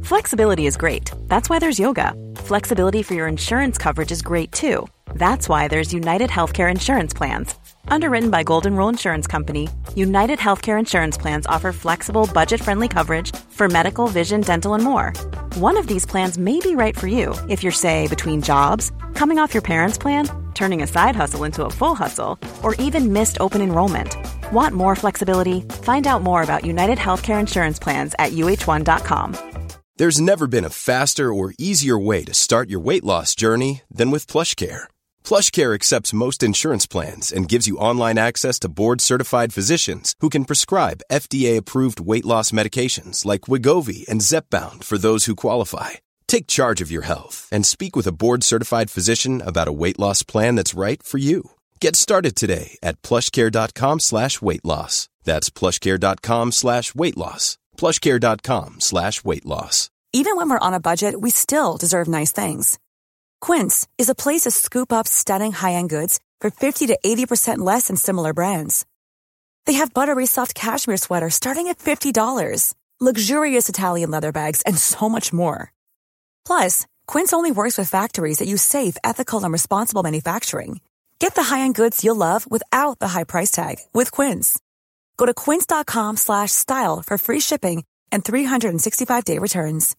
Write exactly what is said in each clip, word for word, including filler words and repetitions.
Flexibility is great. That's why there's yoga. Flexibility for your insurance coverage is great too. That's why there's United Healthcare Insurance Plans. Underwritten by Golden Rule Insurance Company, United Healthcare Insurance Plans offer flexible, budget-friendly coverage for medical, vision, dental, and more. One of these plans may be right for you if you're, say, between jobs, coming off your parents' plan, turning a side hustle into a full hustle, or even missed open enrollment. Want more flexibility? Find out more about United Healthcare Insurance Plans at U H one dot com. There's never been a faster or easier way to start your weight loss journey than with PlushCare. PlushCare accepts most insurance plans and gives you online access to board-certified physicians who can prescribe F D A-approved weight loss medications like Wegovy and Zepbound for those who qualify. Take charge of your health and speak with a board-certified physician about a weight loss plan that's right for you. Get started today at plushcare.com slash weight loss. That's plushcare.com slash weight loss. plushcare.com slash weight loss. Even when we're on a budget, we still deserve nice things. Quince is a place to scoop up stunning high-end goods for fifty to eighty percent less than similar brands. They have buttery soft cashmere sweaters starting at fifty dollars, luxurious Italian leather bags, and so much more. Plus, Quince only works with factories that use safe, ethical, and responsible manufacturing. Get the high-end goods you'll love without the high price tag with Quince. Go to quince.com slash style for free shipping and three sixty-five day returns.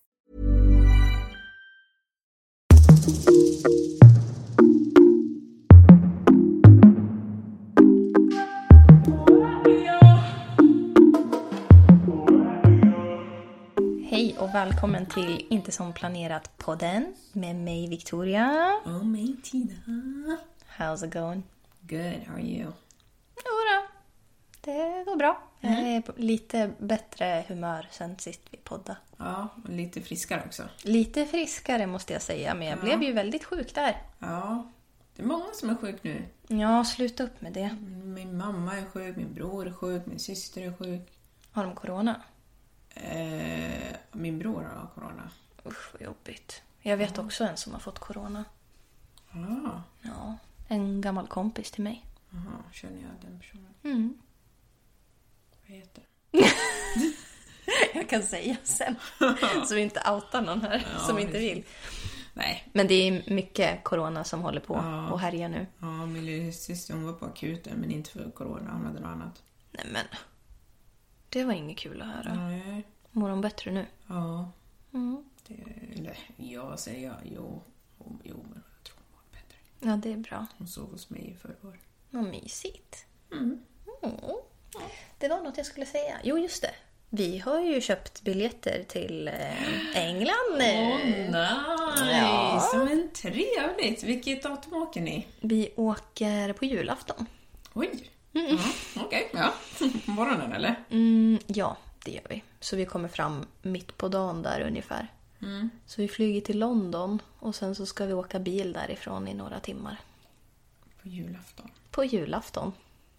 Hej och välkommen till Inte som planerat podden med mig Victoria. Och mig Tina. How's it going? Good, how are you? Jodå, det går bra. Mm. Jag är på lite bättre humör sen sist vi poddade. Ja, och lite friskare också. Lite friskare måste jag säga, men jag ja. blev ju väldigt sjuk där. Ja, det är många som är sjuk nu. Ja, sluta upp med det. Min mamma är sjuk, min bror är sjuk, min syster är sjuk. Har de corona? Eh, min bror har corona. Usch, vad jobbigt. Jag vet ja. också en som har fått corona. Ja. Ja, en gammal kompis till mig. Jaha, känner jag den personen? Mm. Vad heter jag kan säga sen. Så vi inte outar någon här ja, som inte vill. Nej. Men det är mycket corona som håller på ja. och härjar nu. Ja, min lilla syster hon var på akuten men inte för corona, hon hade något annat. Nej men, det var inget kul att höra. Nej. Mår hon bättre nu? Ja. Mm. Det, eller, ja, säger jag. Jo, jo, men jag tror hon mår bättre. Ja, det är bra. Hon sov hos mig i förrgår. Vad mysigt. Mm. Mm. Det var något jag skulle säga. Jo, just det. Vi har ju köpt biljetter till eh, England. Åh, oh, nice! Ja. Men trevligt. Vilket datum åker ni? Vi åker på julafton. Oj! Mm. Ja, okej. Okay. Ja. På morgonen, eller? Mm, ja, det gör vi. Så vi kommer fram mitt på dagen där ungefär. Mm. Så vi flyger till London och sen så ska vi åka bil därifrån i några timmar. På julafton? På julafton.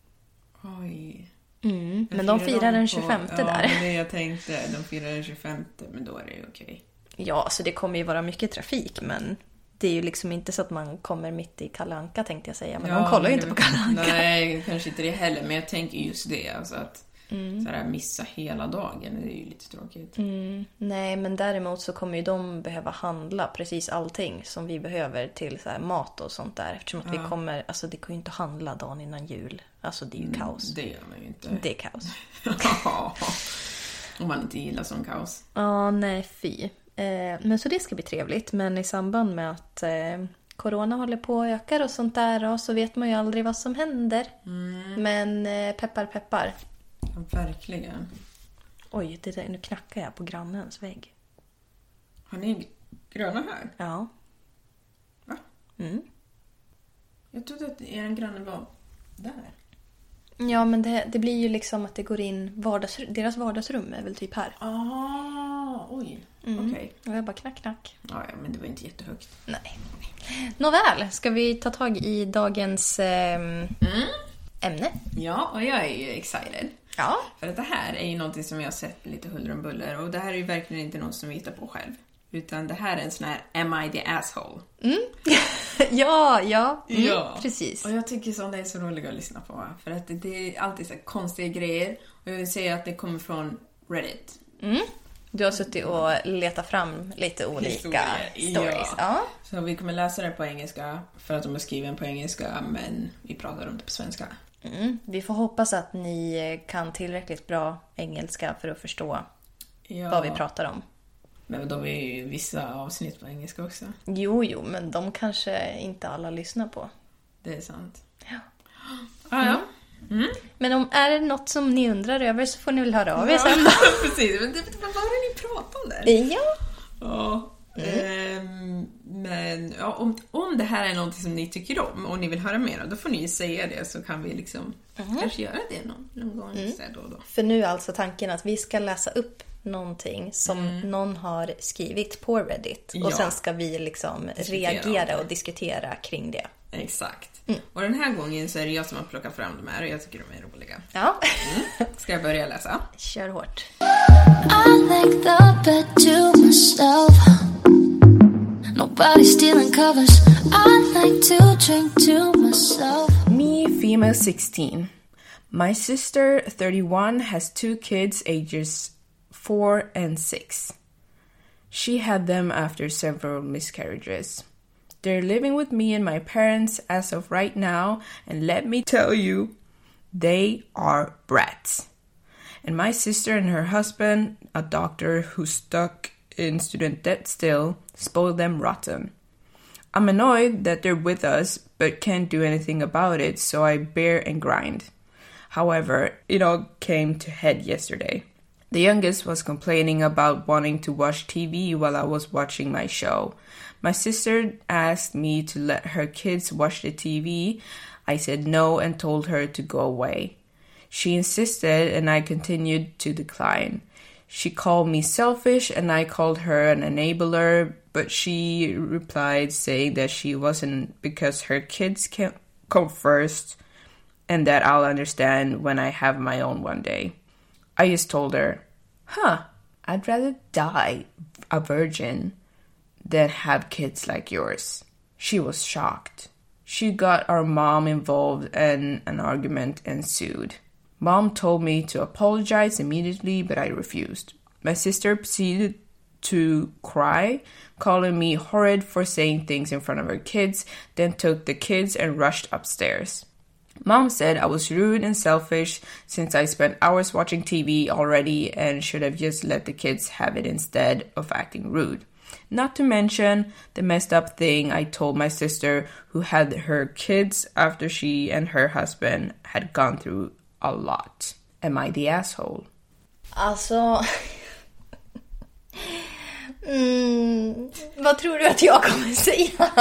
Oj. Mm, men de firar den tjugofemte på, där. Ja, det jag tänkte. De firar den tjugofemte, men då är det ju okej. Ja, så det kommer ju vara mycket trafik, men det är ju liksom inte så att man kommer mitt i Kalle Anka, tänkte jag säga. Men ja, de kollar ju inte på Kalle Anka. Nej, kanske inte det heller, men jag tänker just det. Alltså att mm. så här, missa hela dagen, det är ju lite tråkigt. Mm, nej, men däremot så kommer ju de behöva handla precis allting som vi behöver till så här mat och sånt där. Eftersom att ja. vi kommer, alltså det kan ju inte handla dagen innan jul. Alltså det är ju mm, kaos. Det gör man ju inte. Det är kaos. Om man inte gillar sån kaos. Ja, nej, fy. Eh, men så det ska bli trevligt. Men i samband med att eh, corona håller på att öka och sånt där, och så vet man ju aldrig vad som händer. Mm. Men eh, peppar, peppar. Ja, verkligen. Oj, det där, nu knackar jag på grannens vägg. Har ni gröna här? Ja. Va? Mm. Jag trodde att er granne var där. Ja, men det, det blir ju liksom att det går in vardags, deras vardagsrum är väl typ här. Ah, oj. Mm. Okej. Okay. Och jag bara knack, knack. Ja, ja, men det var inte jättehögt. Nej. Nåväl, ska vi ta tag i dagens eh, mm. ämne? Ja, och jag är ju excited. Ja. För att det här är ju någonting som jag har sett lite huller om buller. Och det här är ju verkligen inte något som vi hittar på själv. Utan det här är en sån här Am I the asshole? Mm. ja, ja. Mm, ja. Precis. Och jag tycker sånt är så roligt att lyssna på. För att det är alltid så konstiga grejer. Och jag vill säga att det kommer från Reddit. Mm. Du har suttit och letat fram lite olika Historia. stories. Ja. Ja. Så vi kommer läsa det på engelska för att de är skriven på engelska, men vi pratar om det på svenska. Mm. Vi får hoppas att ni kan tillräckligt bra engelska för att förstå Ja. vad vi pratar om. Men de är ju vissa avsnitt på engelska också. Jo, jo, men de kanske inte alla lyssnar på. Det är sant. Ja. Ah, ja. Mm. Men om är det något som ni undrar över så får ni väl höra av er sen då. Precis, men det, vad var det ni pratade om där? Ja. Ja. Mm. Um, men ja, om, om det här är något som ni tycker om och ni vill höra mer, då får ni säga det, så kan vi liksom mm. kanske göra det någon, någon gång mm. så då, då. För nu är alltså tanken att vi ska läsa upp någonting som mm. någon har skrivit på Reddit. Ja. Och sen ska vi liksom reagera och diskutera kring det. Exakt. Mm. Och den här gången så är det jag som har plockat fram de här och jag tycker de är roliga. Ja. Mm. Ska jag börja läsa? Kör hårt. I like the bed to myself. Nobody stealing covers. I like to drink to myself. Me, female sixteen. My sister, thirty-one, has two kids ages four and six. She had them after several miscarriages. They're living with me and my parents as of right now, and let me tell you, they are brats. And my sister and her husband, a doctor who's stuck in student debt still, spoiled them rotten. I'm annoyed that they're with us, but can't do anything about it, so I bear and grind. However, it all came to head yesterday. The youngest was complaining about wanting to watch T V while I was watching my show. My sister asked me to let her kids watch the T V. I said no and told her to go away. She insisted and I continued to decline. She called me selfish and I called her an enabler, but she replied saying that she wasn't because her kids can't come first and that I'll understand when I have my own one day. I just told her, huh, I'd rather die a virgin than have kids like yours. She was shocked. She got our mom involved and an argument ensued. Mom told me to apologize immediately, but I refused. My sister proceeded to cry, calling me horrid for saying things in front of her kids, then took the kids and rushed upstairs. Mom said I was rude and selfish since I spent hours watching T V already and should have just let the kids have it instead of acting rude. Not to mention the messed up thing I told my sister who had her kids after she and her husband had gone through a lot. Am I the asshole? Alltså... mm, vad tror du att jag kommer säga?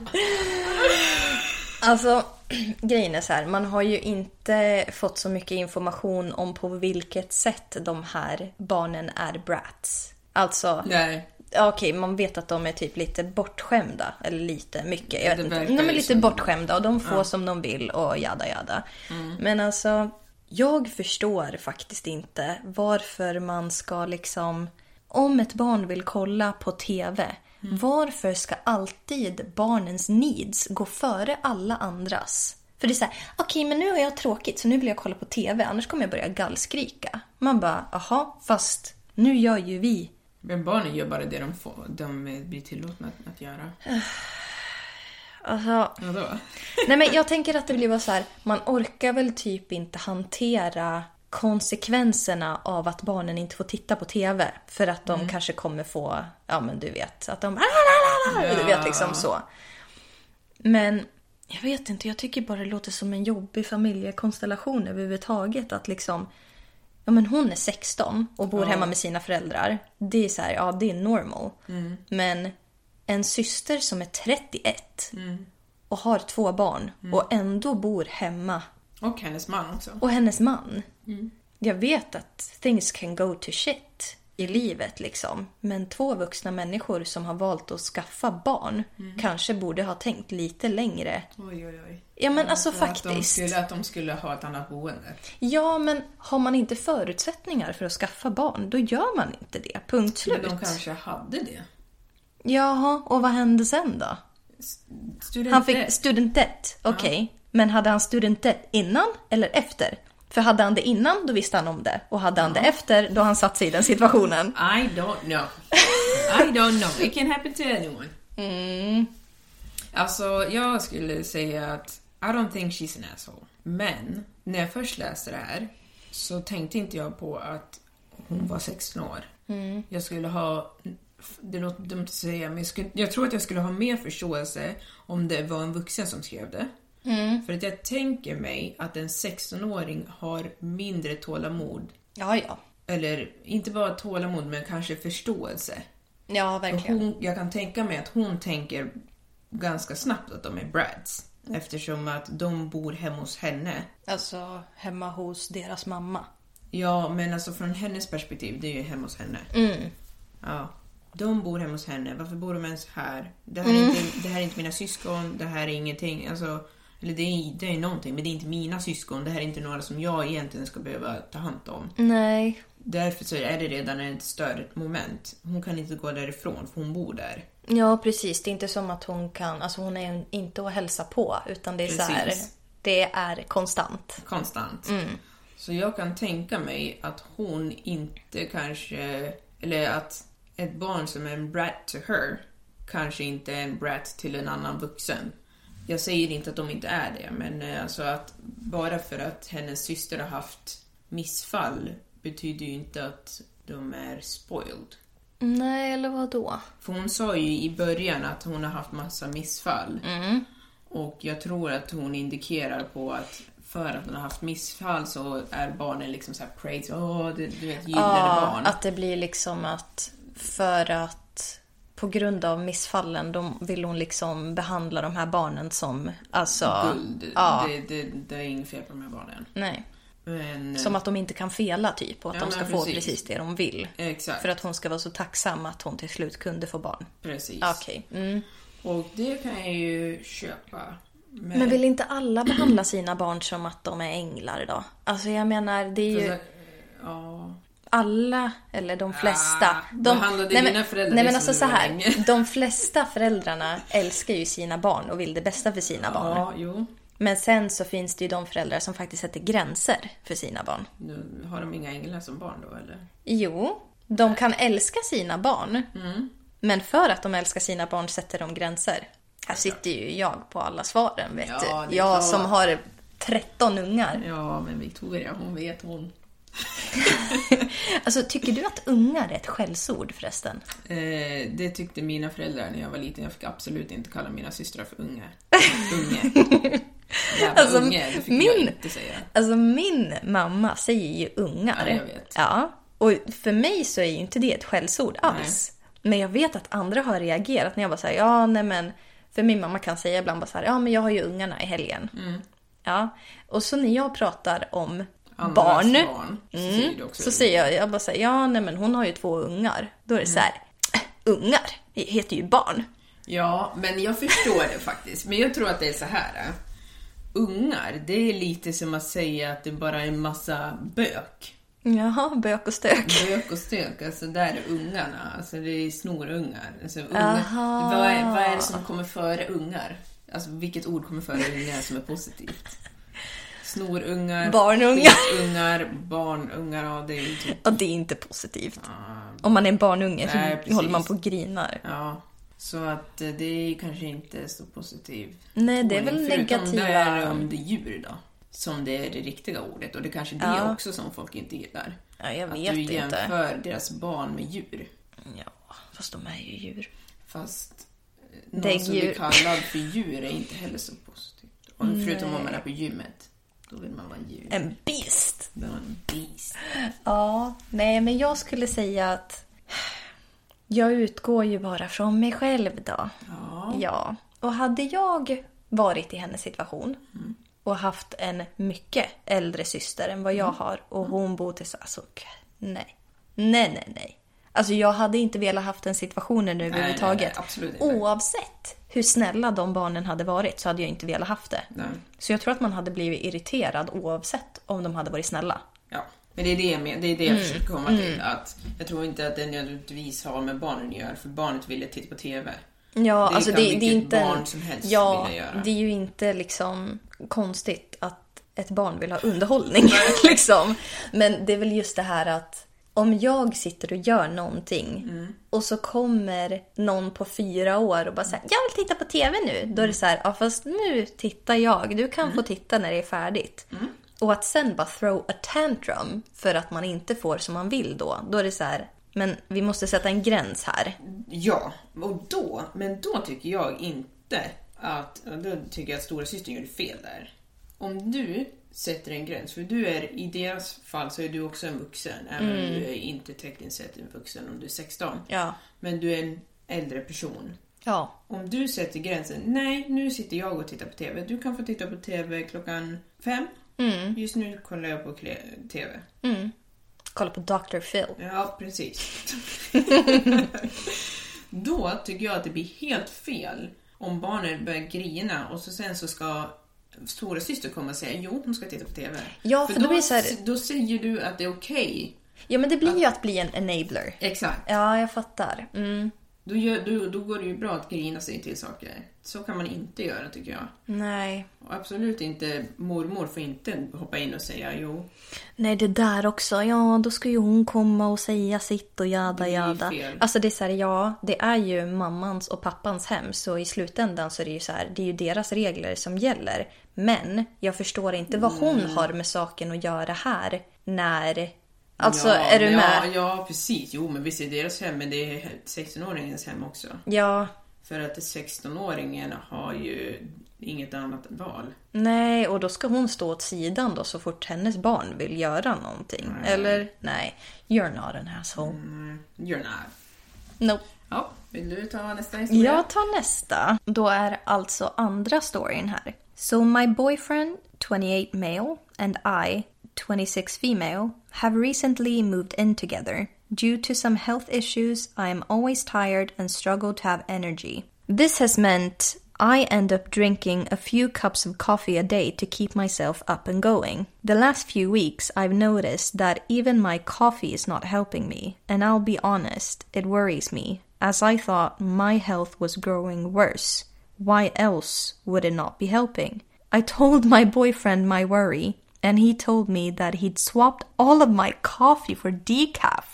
Alltså, grejen är så här. Man har ju inte fått så mycket information om på vilket sätt de här barnen är brats. Alltså... Nej. Okej, okay, man vet att de är typ lite bortskämda. Eller lite, mycket. Jag vet inte. De är lite som... bortskämda och de får ja. som de vill och jada jada. Mm. Men alltså, jag förstår faktiskt inte varför man ska liksom... Om ett barn vill kolla på tv, mm. varför ska alltid barnens needs gå före alla andras? För det är så här, okej, okay, men nu har jag tråkigt så nu vill jag kolla på tv, annars kommer jag börja gallskrika. Man bara, aha, fast nu gör ju vi. Men barnen gör bara det de får, de blir tillåtna att, att göra. Alltså, vadå? Nej, men jag tänker att det blir bara så här, man orkar väl typ inte hantera konsekvenserna av att barnen inte får titta på tv för att de mm. kanske kommer få, ja men du vet, att de ja. du vet liksom så. Men jag vet inte, jag tycker bara det låter som en jobbig familjekonstellation överhuvudtaget att liksom, ja men hon är sexton och bor ja. hemma med sina föräldrar. Det är så här, ja det är normal. Mm. Men en syster som är trettioett mm. och har två barn mm. och ändå bor hemma. Och hennes man också. Och hennes man. Mm. Jag vet att things can go to shit i livet liksom. Men två vuxna människor som har valt att skaffa barn mm. kanske borde ha tänkt lite längre. Oj, oj, oj. Ja, men ja, alltså faktiskt. Att de, skulle, att de skulle ha ett annat boende. Ja, men har man inte förutsättningar för att skaffa barn, då gör man inte det. Punkt slut. Men de kanske hade det. Jaha, och vad hände sen då? Student han fick student debt, okej. Okay. Ja. Men hade han student debt innan eller efter? För hade han det innan, då visste han om det. Och hade han det efter, då han satt sig i den situationen. I don't know. I don't know. It can happen to anyone. Mm. Alltså, jag skulle säga att I don't think she's an asshole. Men, när jag först läste det här så tänkte inte jag på att hon var sexton år. Mm. Jag skulle ha... Det är något dumt att säga, men jag, skulle, jag tror att jag skulle ha mer förståelse om det var en vuxen som skrev det. Mm. För att jag tänker mig att en sexton-åring har mindre tålamod. Ja, ja. Eller inte bara tålamod, men kanske förståelse. Ja, verkligen. Hon, jag kan tänka mig att hon tänker ganska snabbt att de är brads. Mm. Eftersom att de bor hemma hos henne. Alltså hemma hos deras mamma. Ja, men alltså från hennes perspektiv, det är ju hemma hos henne. Mm. Ja. De bor hemma hos henne. Varför bor de ens här? Det här, är, Mm. inte, det här är inte mina syskon. Det här är ingenting. Alltså, eller det är, det är någonting, men det är inte mina syskon. Det här är inte några som jag egentligen ska behöva ta hand om. Nej. Därför så är det redan ett större moment. Hon kan inte gå därifrån, för hon bor där. Ja, precis. Det är inte som att hon kan... Alltså hon är inte att hälsa på, utan det är Precis. så här... Det är konstant. Konstant. Mm. Så jag kan tänka mig att hon inte kanske... Eller att ett barn som är en brat to her kanske inte är en brat till en annan vuxen. Jag säger inte att de inte är det, men alltså att bara för att hennes syster har haft missfall betyder ju inte att de är spoiled. Nej, eller vad då? För hon sa ju i början att hon har haft massa missfall. Mm. Och jag tror att hon indikerar på att för att hon har haft missfall så är barnen liksom så här praise. Åh, du, du vet, gyllene Ja, barn. att det blir liksom att för att på grund av missfallen då vill hon liksom behandla de här barnen som alltså... Guld. Ja. Det, det, det är inget fel på de här barnen. Nej. Men, Som att de inte kan fela typ och att Ja, de ska men få precis. precis det de vill. Exakt. För att hon ska vara så tacksam att hon till slut kunde få barn. Precis. Okej. Mm. Och det kan jag ju köpa. Men, Men vill inte alla behandla sina barn som att de är änglar då? Alltså jag menar, det är ju... Alltså, ja... Alla, eller de flesta. Ah, de, behandlade nej, dina men, föräldrar nej men som alltså du så var här. länge. De flesta föräldrarna älskar ju sina barn och vill det bästa för sina barn. Ja, jo. Men sen så finns det ju de föräldrar som faktiskt sätter gränser för sina barn. Nu har de inga änglar som barn då, eller? Jo, de kan älska sina barn. Mm. Men för att de älskar sina barn sätter de gränser. Här sitter ju jag på alla svaren, vet Ja, det du. är Jag klart. som har tretton ungar. Ja, men Victoria, hon vet hon. Alltså, tycker du att ungar är ett skällsord förresten? Eh, det tyckte mina föräldrar när jag var liten. Jag fick absolut inte kalla mina systrar för unga. Unge. Jävla Alltså, unge, det fick min- jag inte säga. Alltså min mamma säger ju ungar. Ja, jag vet. Ja, och för mig så är ju inte det ett skällsord alls. Men jag vet att andra har reagerat när jag bara säger ja, nej men... För min mamma kan säga ibland bara så här, ja men jag har ju ungarna i helgen. Mm. Ja, och så när jag pratar om Andras barn, barn, så mm, säger du också så unga. säger jag, jag bara säger ja nej men hon har ju två ungar. Då är det så här, äh, ungar, det heter ju barn. Ja, men jag förstår det faktiskt. Men jag tror att det är så här. eh. Ungar, det är lite som att säga att det bara är en massa bök. Jaha, bök och stök. Bök och stök, alltså där är ungarna. Alltså det är snorungar. Alltså, ungar. Aha. Vad, är, vad är det som kommer före ungar? Alltså vilket ord kommer före ungar som är positivt? Snorungar, Barnungar. skitungar, barnungar, ja det är ju typ... Och det är inte positivt. Ja, Om man är en barnunge så Nej, precis. håller man på och grinar. ja. Så att eh, det är kanske inte så positivt. Nej, det är väl Förutom negativa... där om det djur då. Som det är det riktiga ordet. Och det är kanske det Ja. också som folk inte gillar. Ja, jag Att vet du inte. jämför deras barn med djur. Ja, fast de är ju djur. Fast någon Däggdjur. som blir kallad för djur är inte heller så positivt. Och förutom om man är på gymmet. Då vill man vara en djur. En beast. Det var en beast. Ja, nej men jag skulle säga att jag utgår ju bara från mig själv då. Ja. Ja, och hade jag varit i hennes situation och haft en mycket äldre syster än vad jag har och hon bor tillsammans, alltså, nej. Nej, nej, nej. Alltså jag hade inte velat haft den situationen nu överhuvudtaget. nej, absolut inte. Oavsett hur snälla de barnen hade varit så hade jag inte velat haft det. Nej. Så jag tror att man hade blivit irriterad oavsett om de hade varit snälla. Ja, men det är det jag, men, det är det jag Mm. försöker komma till. Att jag tror inte att det nödvändigtvis har med barnen att göra. För barnet ville titta på tv. Ja, Det alltså kan det, det är vilket inte barn som helst ja, vilja göra. det är ju inte liksom konstigt att ett barn vill ha underhållning. liksom. Men det är väl just det här att om jag sitter och gör någonting mm. och så kommer någon på fyra år och bara säger jag vill titta på tv nu. Då är det så här, ja fast nu tittar jag. Du kan mm. få titta när det är färdigt. Mm. Och att sen bara throw a tantrum för att man inte får som man vill då. Då är det så här, men vi måste sätta en gräns här. Ja, och då, men då tycker jag inte att, då tycker jag att stora syster gör fel där. Om du sätter en gräns, för du är, i deras fall så är du också en vuxen, även om mm. du är inte tekniskt sett en vuxen om du är sexton. Ja. Men du är en äldre person. Ja. Om du sätter gränsen, nej, nu sitter jag och tittar på tv. Du kan få titta på tv klockan fem. Mm. Just nu kollar jag på tv. Mm. Kolla på doktor Phil. Ja, precis. Då tycker jag att det blir helt fel om barnen börjar grina och så sen så ska stora syster komma och säga jo, hon ska titta på tv. Ja, för, för då, då, så här... då säger du att det är okej. Okay. Ja, men det blir att... ju att bli en enabler. Exakt. Ja, jag fattar. Mm. Då, gör, då, då går det ju bra att grina sig till saker. Så kan man inte göra, tycker jag. Nej. Och absolut inte, mormor får inte hoppa in och säga jo. Nej, det där också. Ja, då ska ju hon komma och säga sitt och jada, jada. Alltså det är så här, ja, det är ju mammans och pappans hem. Så i slutändan så är det ju så här, det är ju deras regler som gäller. Men jag förstår inte vad hon mm. har med saken att göra här när... Alltså, ja, är du ja, med? Ja, precis. Jo, men visst är det deras hem, men det är sexton-åringens hem också. Ja. För att sexton-åringen har ju inget annat val. Nej, och då ska hon stå åt sidan då så fort hennes barn vill göra någonting. Nej. Eller, nej, you're not an asshole. Mm, you're not. Nope. Ja, vill du ta nästa historia? Jag tar nästa. Då är alltså andra storyn här. So my boyfriend, twenty-eight male, and I, twenty-six female, have recently moved in together. Due to some health issues, I am always tired and struggle to have energy. This has meant I end up drinking a few cups of coffee a day to keep myself up and going. The last few weeks, I've noticed that even my coffee is not helping me, and I'll be honest, it worries me, as I thought my health was growing worse. Why else would it not be helping? I told my boyfriend my worry, and he told me that he'd swapped all of my coffee for decaf,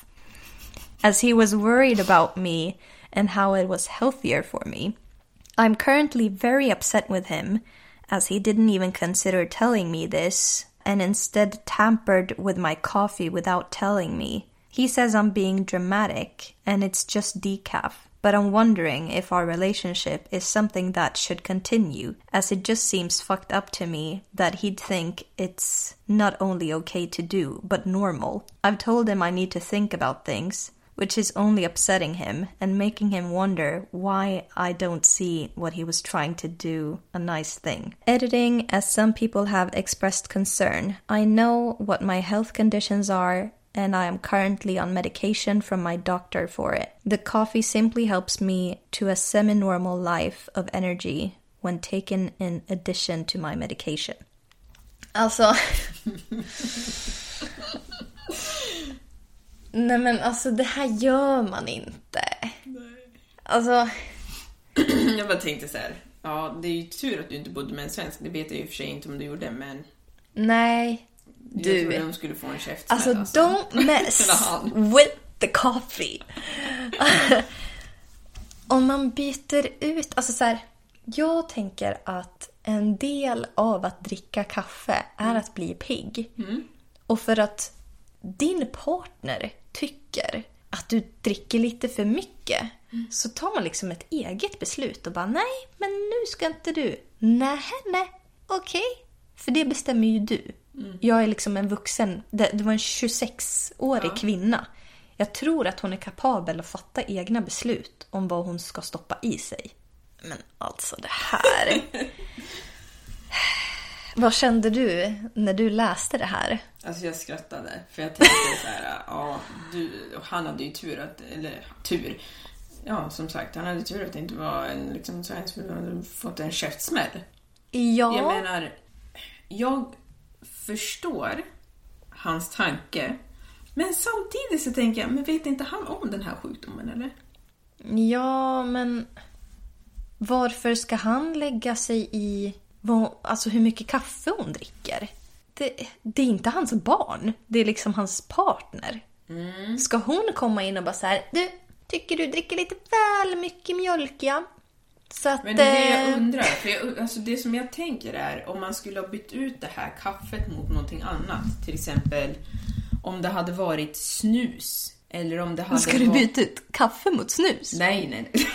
as he was worried about me and how it was healthier for me. I'm currently very upset with him, as he didn't even consider telling me this, and instead tampered with my coffee without telling me. He says I'm being dramatic, and it's just decaf. But I'm wondering if our relationship is something that should continue, as it just seems fucked up to me that he'd think it's not only okay to do, but normal. I've told him I need to think about things, which is only upsetting him and making him wonder why I don't see what he was trying to do a nice thing. Editing, as some people have expressed concern. I know what my health conditions are, and I am currently on medication from my doctor for it. The coffee simply helps me to a semi-normal life of energy when taken in addition to my medication. Alltså... Nej men alltså det här gör man inte. Nej. Alltså... Jag bara tänkte så här. Ja, det är ju tur att du inte bodde med en svensk. Det vet jag ju för sig inte om du gjorde, men... Nej... Du, jag trodde de skulle få en käftsmäll. Alltså, alltså, don't mess with the coffee. Om man byter ut... Alltså så här, jag tänker att en del av att dricka kaffe är mm. att bli pigg. Mm. Och för att din partner tycker att du dricker lite för mycket mm. så tar man liksom ett eget beslut och bara nej, men nu ska inte du. Nej, nej, okej. Okay. För det bestämmer ju du. Mm. Jag är liksom en vuxen, det, det var en tjugosex-årig ja. kvinna. Jag tror att hon är kapabel att fatta egna beslut om vad hon ska stoppa i sig. Men alltså det här... Vad kände du när du läste det här? Alltså jag skrattade. För jag tänkte så här, ja, du, han hade ju tur att, eller tur. Ja, som sagt, han hade tur att det inte var en liksom svensk som hade fått en käftsmäll. Ja. Jag menar, jag förstår hans tanke. Men samtidigt så tänker jag, men vet inte han om den här sjukdomen, eller? Ja, men varför ska han lägga sig i vad, alltså hur mycket kaffe hon dricker? det, det är inte hans barn. Det är liksom hans partner. Mm. Ska hon komma in och bara så här, du, tycker du dricker lite väl mycket mjölk, ja? Så att, men det är det jag undrar. För jag, alltså det som jag tänker är, om man skulle ha bytt ut det här kaffet mot någonting annat. Till exempel, om det hade varit snus. Eller om det hade Ska du byta ut kaffe mot snus? Nej, nej, nej.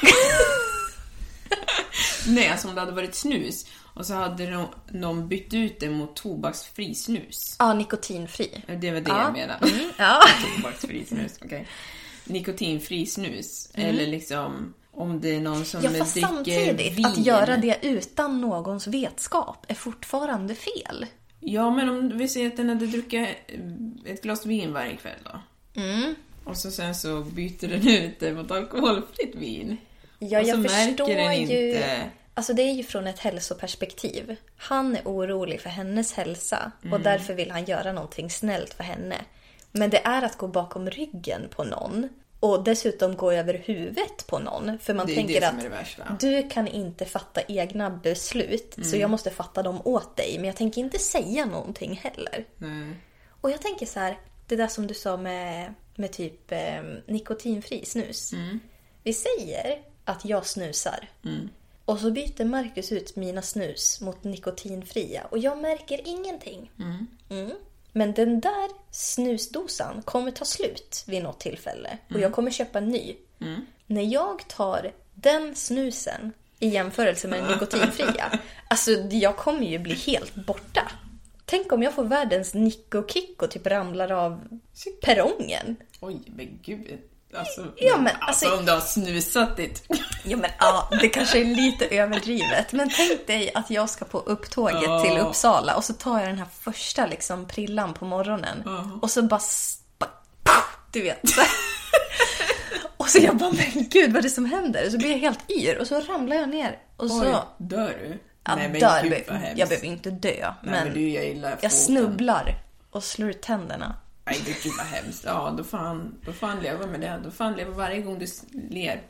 Nej, alltså om det hade varit snus. Och så hade de, någon bytt ut det mot tobaksfri snus. Ja, nikotinfri. Det var det ja. jag menade. Mm, ja. Tobaksfri snus, okej. Okay. Nikotinfri snus. Mm. Eller liksom, om det är någon som ja, dricker fast samtidigt, vin. Att göra det utan någons vetskap är fortfarande fel. Ja, men om vi säger att den hade druckit ett glas vin varje kväll då. Mm. Och så sen så byter den ut det mot alkoholfritt vin. Ja, och så jag märker förstår den ju... inte... Alltså det är ju från ett hälsoperspektiv. Han är orolig för hennes hälsa. Mm. Och därför vill han göra någonting snällt för henne. Men det är att gå bakom ryggen på någon. Och dessutom gå över huvudet på någon. För man det är tänker det att som är det värsta. Du kan inte fatta egna beslut. Mm. Så jag måste fatta dem åt dig. Men jag tänker inte säga någonting heller. Nej. Och jag tänker så här. Det där som du sa med, med typ eh, nikotinfri snus. Mm. Vi säger att jag snusar. Mm. Och så byter Marcus ut mina snus mot nikotinfria. Och jag märker ingenting. Mm. Mm. Men den där snusdosan kommer ta slut vid något tillfälle. Mm. Och jag kommer köpa en ny. Mm. När jag tar den snusen i jämförelse med den nikotinfria. Alltså jag kommer ju bli helt borta. Tänk om jag får världens nick och kick och typ ramlar av perrongen. Oj, men gud. Alltså, ja, men, alltså, alltså om du har snusat ditt. Ja, men ja, det kanske är lite överdrivet. Men tänk dig att jag ska på upptåget oh. till Uppsala. Och så tar jag den här första liksom prillan på morgonen. Oh. Och så bara, bara du vet. Och så jag bara, men gud vad är det som händer? Och så blir jag helt yr. Och så ramlar jag ner. Och så Oj, dör du? Ja, nej, men dör. gud, Jag behöver inte dö. Nej, men men du, jag, gillar jag snubblar och slår ut tänderna. Nej, det är vad hemskt. Ja, då fan, då fan leva med det. Då fan leva varje gång du ler.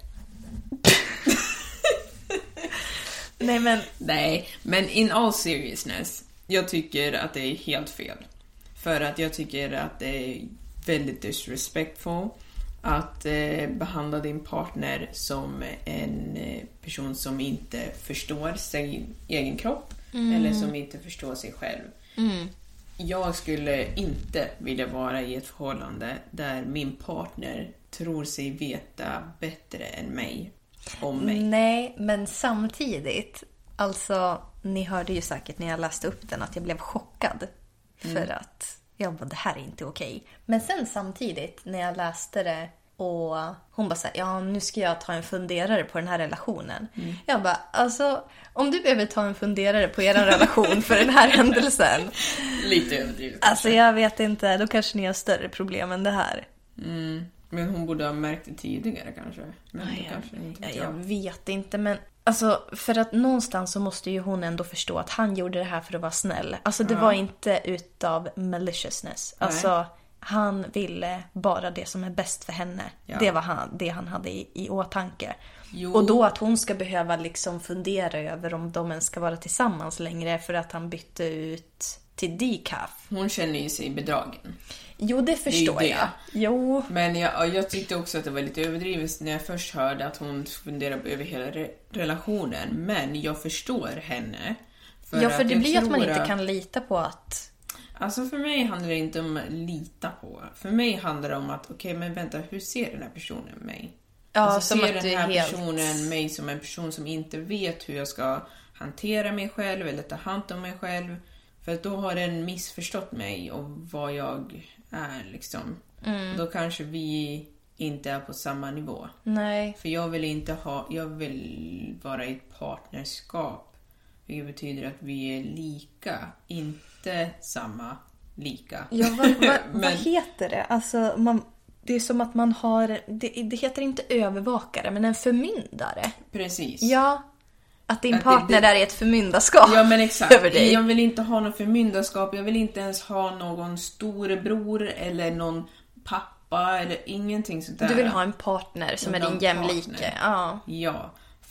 Nej, men... Nej, men in all seriousness. Jag tycker att det är helt fel. För att jag tycker att det är väldigt disrespectful att eh, behandla din partner som en eh, person som inte förstår sin egen kropp. Mm. Eller som inte förstår sig själv. Mm. Jag skulle inte vilja vara i ett förhållande där min partner tror sig veta bättre än mig om mig. Nej, men samtidigt, alltså ni hörde ju säkert när jag läste upp den att jag blev chockad. Mm. För att jag bara, det här är inte okej. Men sen samtidigt när jag läste det och hon bara såhär, ja nu ska jag ta en funderare på den här relationen. Mm. Jag bara, alltså om du behöver ta en funderare på er relation för den här händelsen. Lite överdrivet. Alltså jag vet inte, då kanske ni har större problem än det här. Mm. Men hon borde ha märkt det tidigare kanske. Men Nej, jag, kanske inte jag, jag vet inte, men alltså för att någonstans så måste ju hon ändå förstå att han gjorde det här för att vara snäll. Alltså det ja. var inte utav maliciousness. Nej. Alltså han ville bara det som är bäst för henne. Ja. Det var han, det han hade i, i åtanke. Jo. Och då att hon ska behöva liksom fundera över om de ens ska vara tillsammans längre för att han bytte ut till decaf. Hon känner ju sig bedragen. Jo, det förstår det det. jag. Jo. Men jag, jag tyckte också att det var lite överdrivet när jag först hörde att hon funderade över hela re- relationen. Men jag förstår henne. För ja, för det blir ju att man inte kan lita på att... Alltså för mig handlar det inte om att lita på. För mig handlar det om att, okej okay, men vänta, hur ser den här personen mig? Ja, alltså, som ser att den här helt... personen mig som en person som inte vet hur jag ska hantera mig själv eller ta hand om mig själv? För då har den missförstått mig och vad jag är liksom. Mm. Då kanske vi inte är på samma nivå. Nej. För jag vill inte ha, jag vill vara i ett partnerskap. Vilket betyder att vi är lika, inte samma lika. Ja, vad, vad, Men... vad heter det? Alltså, man, det är som att man har, det, det heter inte övervakare, men en förmyndare. Precis. Ja, att din partner det, det... är ett förmyndarskap. Ja, men exakt. Över dig. Jag vill inte ha någon förmyndarskap. Jag vill inte ens ha någon storebror eller någon pappa eller ingenting sånt där. Du vill ha en partner som någon är din jämlike. Ja. Ja.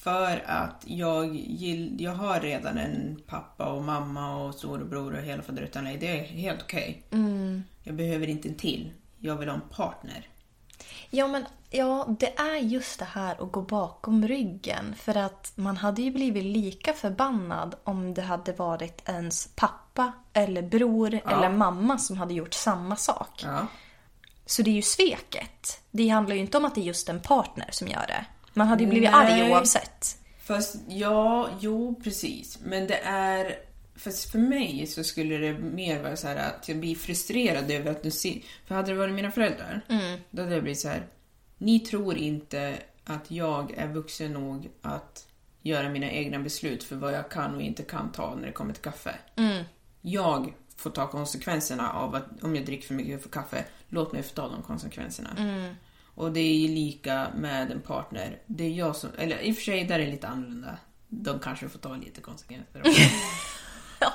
För att jag, gill, jag har redan en pappa och mamma och storebror och hela faderuttan. Det är helt okej. Okay. Mm. Jag behöver inte en till. Jag vill ha en partner. Ja, men ja, det är just det här att gå bakom ryggen. För att man hade ju blivit lika förbannad om det hade varit ens pappa eller bror ja. eller mamma som hade gjort samma sak. Ja. Så det är ju sveket. Det handlar ju inte om att det är just en partner som gör det. Man hade ju blivit Nej. arg oavsett. Fast, ja, jo, precis. Men det är... Fast för mig så skulle det mer vara så här att jag blir frustrerad över att du ser... För hade det varit mina föräldrar, mm. då hade det blivit så här... Ni tror inte att jag är vuxen nog att göra mina egna beslut för vad jag kan och inte kan ta när det kommer till kaffe. Mm. Jag får ta konsekvenserna av att om jag dricker för mycket för kaffe, låt mig få ta de konsekvenserna. Mm. Och det är ju lika med en partner. Det är jag som... Eller i och för sig, där är det lite annorlunda. De kanske får ta lite konsekvenser. Ja.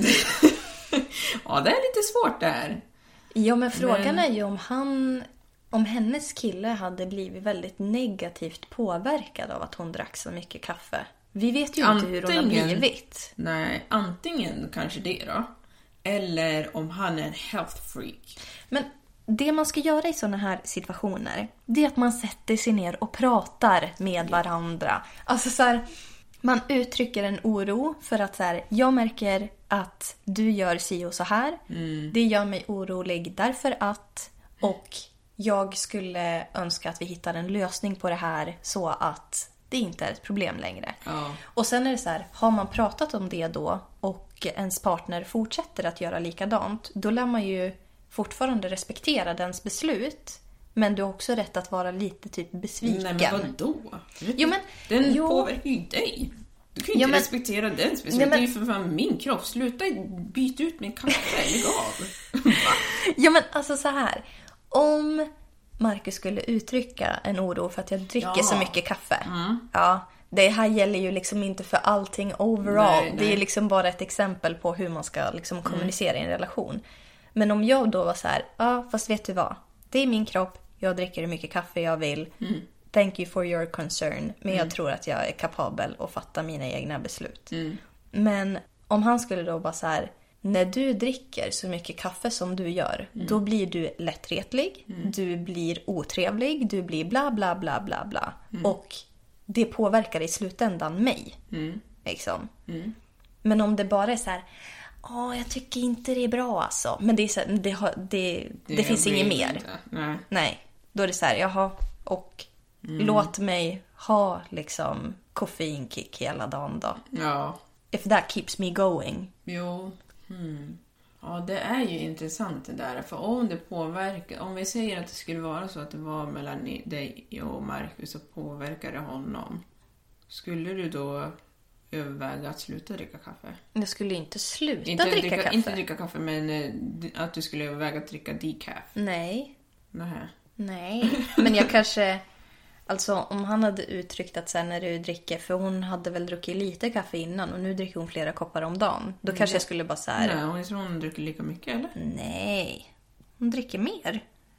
Ja, det är lite svårt där. Ja, men frågan men... är ju om han... Om hennes kille hade blivit väldigt negativt påverkad av att hon drack så mycket kaffe. Vi vet ju antingen, inte hur hon har blivit. Nej, antingen kanske det då. Eller om han är en health freak. Men det man ska göra i såna här situationer, det är att man sätter sig ner och pratar med varandra. Alltså så här, man uttrycker en oro för att så här, jag märker att du gör si och så här. Mm. Det gör mig orolig därför att... Och jag skulle önska att vi hittar en lösning på det här så att det inte är ett problem längre. Ja. Och sen är det så här, har man pratat om det då och ens partner fortsätter att göra likadant, då lär man ju fortfarande respektera dens beslut. Men du har också rätt att vara lite typ besviken. Nej, men vadå? Jo, men, den jo. påverkar ju dig. Du kan ju inte ja, men, respektera dens beslut. Nej, men, det är ju för fan min kropp. Sluta byta ut min kaffe. Lägg av. Ja, men alltså så här. Om Marcus skulle uttrycka en oro för att jag dricker ja. så mycket kaffe. Mm. Ja, det här gäller ju liksom inte för allting overall. Nej, nej. Det är liksom bara ett exempel på hur man ska liksom kommunicera mm. i en relation. Men om jag då var så här, ja, fast vet du vad? Det är min kropp, jag dricker hur mycket kaffe jag vill. Mm. Thank you for your concern. Men mm. jag tror att jag är kapabel att fatta mina egna beslut. Mm. Men om han skulle då bara så här, när du dricker så mycket kaffe som du gör, mm. då blir du lättretlig, mm. du blir otrevlig, du blir bla bla bla bla bla. Mm. Och det påverkar i slutändan mig. Mm. Liksom. Mm. Men om det bara är så här, ja, jag tycker inte det är bra alltså. Men det, är så här, det, har, det, det, det finns inget mer. Nej. Nej. Då är det så här, jaha, och mm. låt mig ha liksom koffeinkick hela dagen då. Ja. If that keeps me going. Jo. Hmm. Ja, det är ju intressant det där. För om det påverkar, om vi säger att det skulle vara så att det var mellan dig och Marcus och påverkade honom, skulle du då överväga att sluta dricka kaffe? Jag skulle inte sluta inte dricka, dricka kaffe. Inte dricka kaffe, men att du skulle överväga att dricka decaf. Nej. Nej. Nej, men jag kanske... Alltså om han hade uttryckt att sen när du dricker, för hon hade väl druckit lite kaffe innan och nu dricker hon flera koppar om dagen. Då mm. kanske jag skulle bara så här... Nej, hon tror hon dricker lika mycket, eller? Nej, hon dricker mer.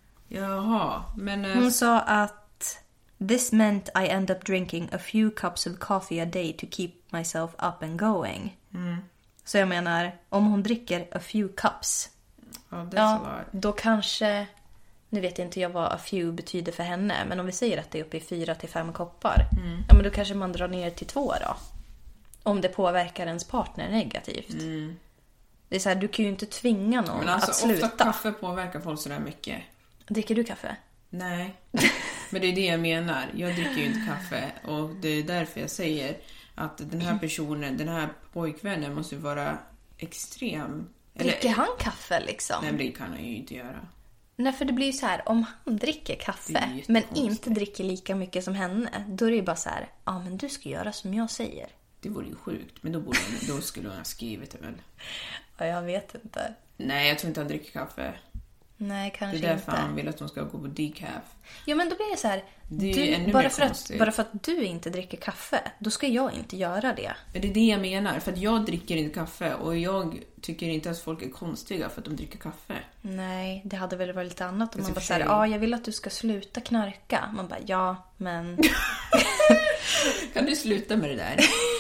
Jaha, men... Uh... Hon sa att this meant I end up drinking a few cups of coffee a day to keep myself up and going. Mm. Så jag menar, om hon dricker a few cups, oh, ja, då kanske... Nu vet inte jag vad a few betyder för henne. Men om vi säger att det är uppe i fyra till fem koppar. Mm. Ja, men då kanske man drar ner till två då. Om det påverkar ens partner negativt. Mm. Det är så här, du kan ju inte tvinga någon men alltså, att sluta. Ofta kaffe påverkar folk sådär mycket. Dricker du kaffe? Nej. Men det är det jag menar. Jag dricker ju inte kaffe. Och det är därför jag säger att den här personen, den här pojkvännen måste vara extrem. Dricker Eller, han kaffe liksom? Nej, det kan han ju inte göra. Nej, för det blir ju så här, om han dricker kaffe men inte dricker lika mycket som henne, då är det ju bara så här, ja men du ska göra som jag säger. Det vore ju sjukt, men då, borde hon, då skulle hon ha skrivit det väl. Ja, jag vet inte. Nej, jag tror inte han dricker kaffe. Nej, kanske inte. Det är därför inte. Han vill att hon ska gå på decaf. Ja, men då blir det så här, det du, bara, för att, bara för att du inte dricker kaffe, då ska jag inte göra det. Men det är det jag menar, för att jag dricker inte kaffe och jag tycker inte att folk är konstiga för att de dricker kaffe. Nej, det hade väl varit lite annat om man bara säger, ja, jag vill att du ska sluta knarka. Man bara, ja, men... Kan du sluta med det där?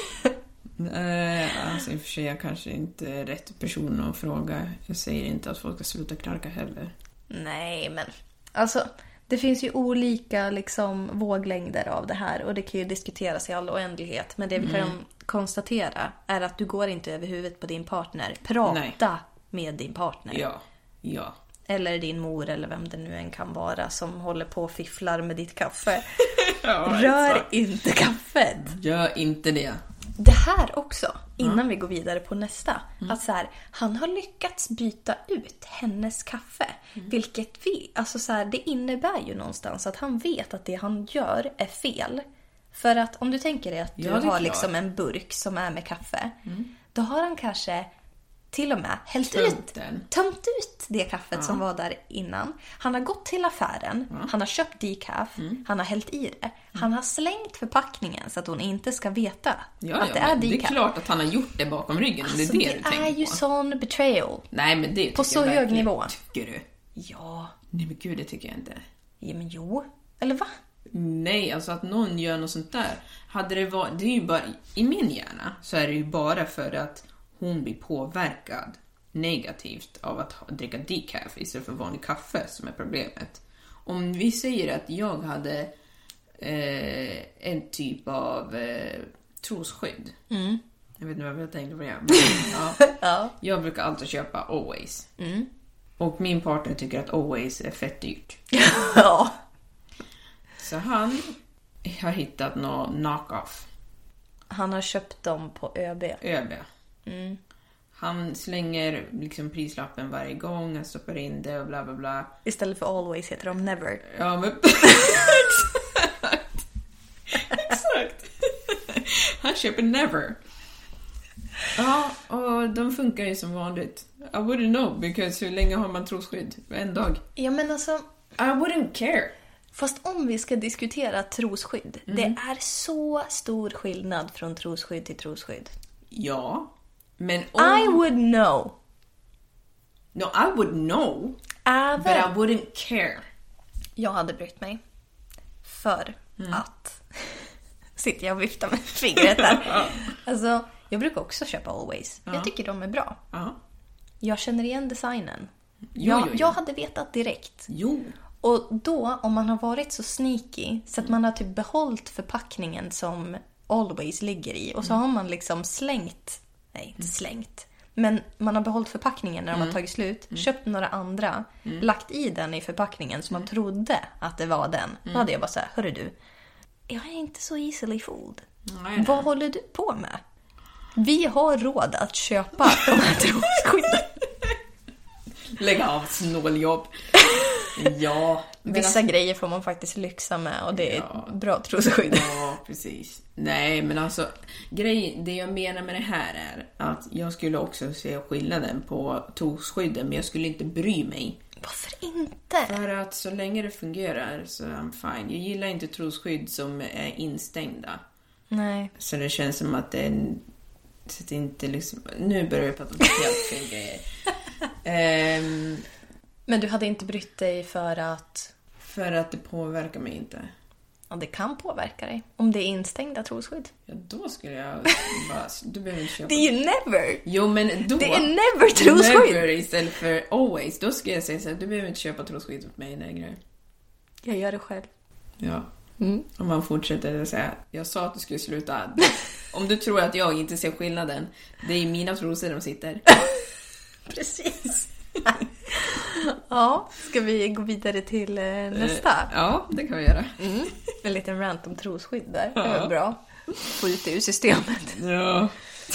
uh, alltså i och för sig jag kanske inte är rätt person att fråga. Jag säger inte att folk ska sluta knarka heller. Nej, men alltså det finns ju olika liksom våglängder av det här och det kan ju diskuteras i all oändlighet. Men det vi kan mm. konstatera är att du går inte över huvudet på din partner. Prata Nej. med din partner. Ja, ja. Eller din mor eller vem det nu än kan vara som håller på och fifflar med ditt kaffe. Ja, Rör exakt. inte kaffet. Gör inte det. Det här också, innan mm. vi går vidare på nästa. Mm. Att så här, han har lyckats byta ut hennes kaffe. Mm. Vilket vi, alltså så här, det innebär ju någonstans att han vet att det han gör är fel. För att om du tänker dig att du ja, har liksom en burk som är med kaffe. Mm. Då har han kanske till och med hällt ut, tömt ut det kaffet ja. som var där innan. Han har gått till affären, ja. han har köpt decaf, mm. han har hällt i det. Han har slängt förpackningen så att hon inte ska veta ja, att ja, det är decaf. Det är klart att han har gjort det bakom ryggen. Alltså, det är, det det du tänker är ju på. sån betrayal. Nej, men det på så hög nivå. Tycker du? Ja. Nej, men gud, det tycker jag inte. Ja, men jo. Eller va? Nej, alltså att någon gör något sånt där. Hade det varit, det är ju bara, i min hjärna så är det ju bara för att hon blir påverkad negativt av att dricka decaf istället för vanlig kaffe som är problemet. Om vi säger att jag hade eh, en typ av eh, trosskydd. Mm. Jag vet inte vad jag tänkte på det. Men, ja. ja. Jag brukar alltid köpa Always. Mm. Och min partner tycker att Always är fett dyrt. Ja. Så han har hittat någon knock-off. Han har köpt dem på ÖB. ÖB. Mm. Han slänger liksom prislappen varje gång. Han stoppar in det och bla bla bla. Istället för Always heter de Never. Ja, men... Exakt. Exakt. Han köper Never. Ja, och de funkar ju som vanligt. I wouldn't know, because hur länge har man trosskydd? En dag. Ja, men alltså... I wouldn't care. Fast om vi ska diskutera trosskydd. Mm. Det är så stor skillnad från trosskydd till trosskydd. Ja. Men om... I would know. No, I would know. Även... But I wouldn't care. Jag hade brytt mig. För mm. att... Sitter jag och viftar med fingret här. Alltså, jag brukar också köpa Always. Ja. Jag tycker de är bra. Ja. Jag känner igen designen. Jo, jag, jo, jo. jag hade vetat direkt. Jo. Och då, om man har varit så sneaky så att man har typ behållit förpackningen som Always ligger i. Och så har man liksom slängt... Nej, inte slängt. Men man har behållit förpackningen när de mm. har tagit slut. Mm. Köpt några andra. Mm. Lagt i den i förpackningen som man trodde att det var den. Mm. Då hade jag bara så här, hörru du. Jag är inte så easily fooled. Nej, vad håller du på med? Vi har råd att köpa de här trossskydden. Lägga av snåljobb. Ja. Vissa alltså... grejer får man faktiskt lyxa med. Och det är ja. ett bra trosskydd. Ja, precis. Nej, men alltså grej, det jag menar med det här är att jag skulle också se skillnaden på trosskydden. Men jag skulle inte bry mig. Varför inte? För att så länge det fungerar så I'm fine. Jag gillar inte trosskydd som är instängda. Nej. Så det känns som att det är en, så att det inte liksom, nu börjar jag prata om helt fel grejer. um, Men du hade inte brytt dig för att... För att det påverkar mig inte. Ja, det kan påverka dig. Om det är instängda trosskydd. Ja, då skulle jag bara... Du behöver inte köpa... Det är ju never! Jo, men då... Det är never trosskydd! Never istället för always. Då ska jag säga så här, du behöver inte köpa trosskydd åt mig längre. Jag gör det själv. Ja. Mm. Om man fortsätter att säga, jag sa att du skulle sluta. Om du tror att jag inte ser skillnaden, det är i mina trosor de sitter. Precis. Ja, ska vi gå vidare till eh, nästa? Ja, det kan vi göra. Mm. En liten rant om trosskydd där. Ja. Det var bra. Få ut det ur systemet. Ja.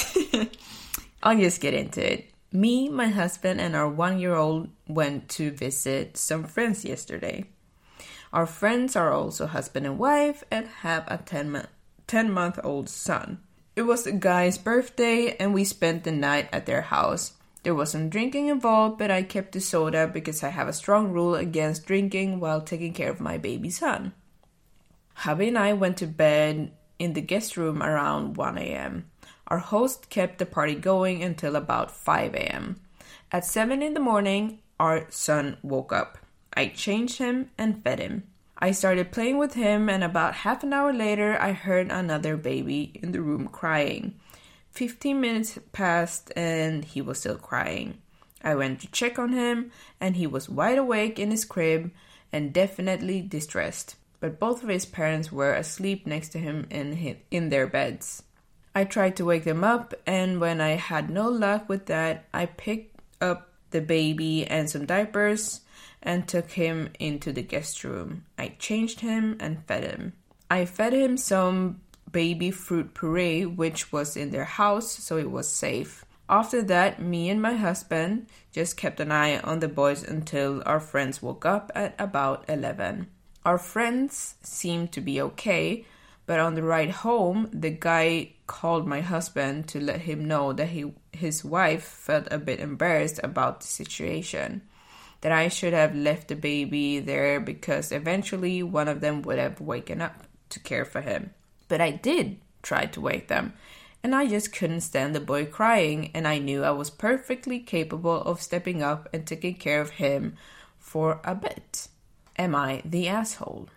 I'll just get into it. Me, my husband and our one-year-old went to visit some friends yesterday. Our friends are also husband and wife and have a ten-month-old son. It was the guy's birthday and we spent the night at their house. There was some drinking involved, but I kept the soda because I have a strong rule against drinking while taking care of my baby son. Hubby and I went to bed in the guest room around one a.m. Our host kept the party going until about five a.m. At seven in the morning, our son woke up. I changed him and fed him. I started playing with him, and about half an hour later, I heard another baby in the room crying. Fifteen minutes passed, and he was still crying. I went to check on him, and he was wide awake in his crib and definitely distressed. But both of his parents were asleep next to him in his, in their beds. I tried to wake them up, and when I had no luck with that, I picked up the baby and some diapers and took him into the guest room. I changed him and fed him. I fed him some baby fruit puree, which was in their house, so it was safe. After that, me and my husband just kept an eye on the boys until our friends woke up at about eleven. Our friends seemed to be okay, but on the ride home, the guy called my husband to let him know that he, his wife felt a bit embarrassed about the situation. That I should have left the baby there because eventually one of them would have waken up to care for him. But I did try to wake them, and I just couldn't stand the boy crying, and I knew I was perfectly capable of stepping up and taking care of him for a bit. Am I the asshole?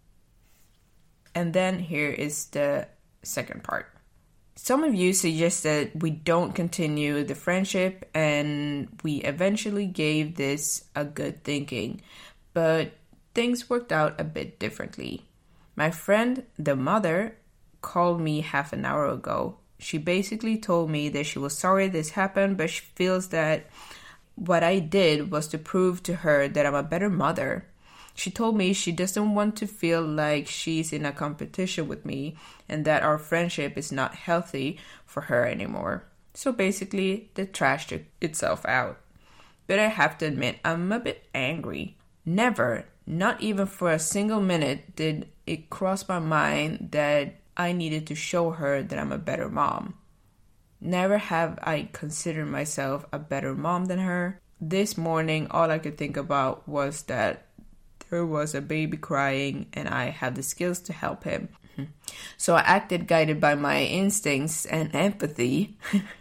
And then here is the second part. Some of you suggested we don't continue the friendship, and we eventually gave this a good thinking, but things worked out a bit differently. My friend, the mother, called me half an hour ago. She basically told me that she was sorry this happened, but she feels that what I did was to prove to her that I'm a better mother. She told me she doesn't want to feel like she's in a competition with me and that our friendship is not healthy for her anymore. So basically, the trash took itself out. But I have to admit, I'm a bit angry. Never, not even for a single minute, did it cross my mind that I needed to show her that I'm a better mom. Never have I considered myself a better mom than her. This morning, all I could think about was that there was a baby crying and I had the skills to help him. So I acted guided by my instincts and empathy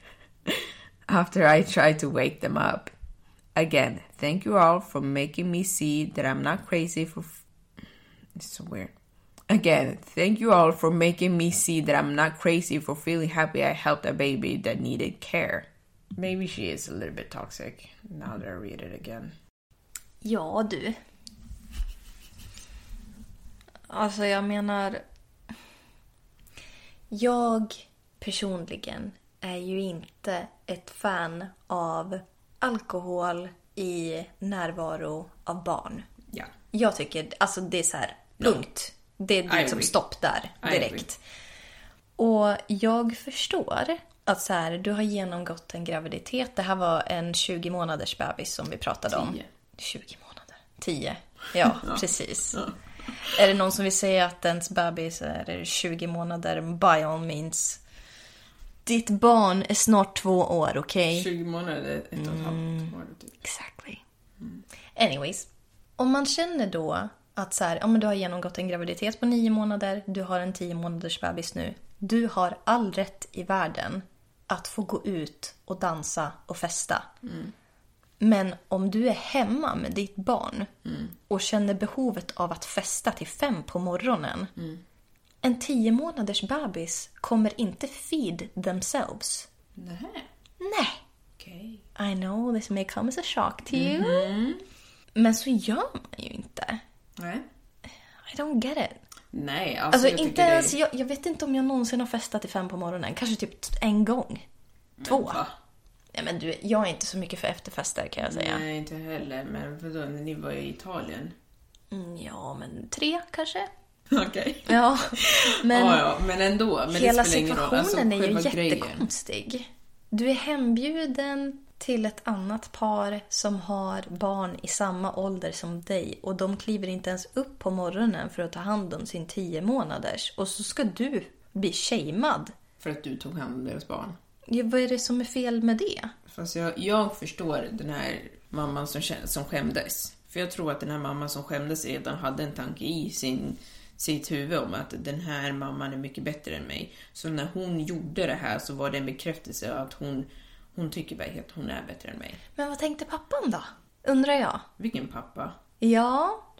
after I tried to wake them up. Again, thank you all for making me see that I'm not crazy for... F- it's so weird. Again, thank you all for making me see that I'm not crazy for feeling happy I helped a baby that needed care. Maybe she is a little bit toxic now that I read it again. Ja, du. Alltså jag menar... Jag personligen är ju inte ett fan av alkohol i närvaro av barn. Ja. Jag tycker, alltså det är så här, punkt. Det är liksom stopp där, direkt. Och jag förstår att så här, du har genomgått en graviditet. Det här var en tjugo månaders bebis som vi pratade om. tio. tjugo månader. tio. Ja, ja. Precis. Ja. Är det någon som vill säga att ens bebis är tjugo månader, by all means. Ditt barn är snart två år, okej? Okay? tjugo månader, ett och ett halvt mm, år. Typ. Exactly. Mm. Anyways. Om man känner då att så här, ja, men du har genomgått en graviditet på nio månader, du har en tio månaders bebis nu. Du har all rätt i världen att få gå ut och dansa och festa. Mm. Men om du är hemma med ditt barn mm. och känner behovet av att festa till fem på morgonen. Mm. En tio månaders bebis kommer inte feed themselves. Nej. Nej. Okay. I know this may come as a shock to you. Mm-hmm. Men så gör man ju inte. Nej. I don't get it. Nej, alltså, alltså jag inte ens, det... jag, jag vet inte om jag någonsin har festat till fem på morgonen. Kanske typ en gång. Två. Va? Nej, men du, jag är inte så mycket för efterfester kan jag säga. Nej, inte heller. Men vadå, när ni var i Italien? Mm, ja, men tre kanske. Okej. Okay. Ja, men, ja, ja, men ändå. Men hela det situationen alltså, är ju jättekonstig. Grejen. Du är hembjuden till ett annat par som har barn i samma ålder som dig. Och de kliver inte ens upp på morgonen för att ta hand om sin tio månaders. Och så ska du bli shamed. För att du tog hand om deras barn. Ja, vad är det som är fel med det? Fast jag, jag förstår den här mamman som, som skämdes. För jag tror att den här mamman som skämdes redan hade en tanke i sin, sitt huvud om att den här mamman är mycket bättre än mig. Så när hon gjorde det här så var det en bekräftelse att hon, hon tycker bara att hon är bättre än mig. Men vad tänkte pappan då? Undrar jag. Vilken pappa? Ja,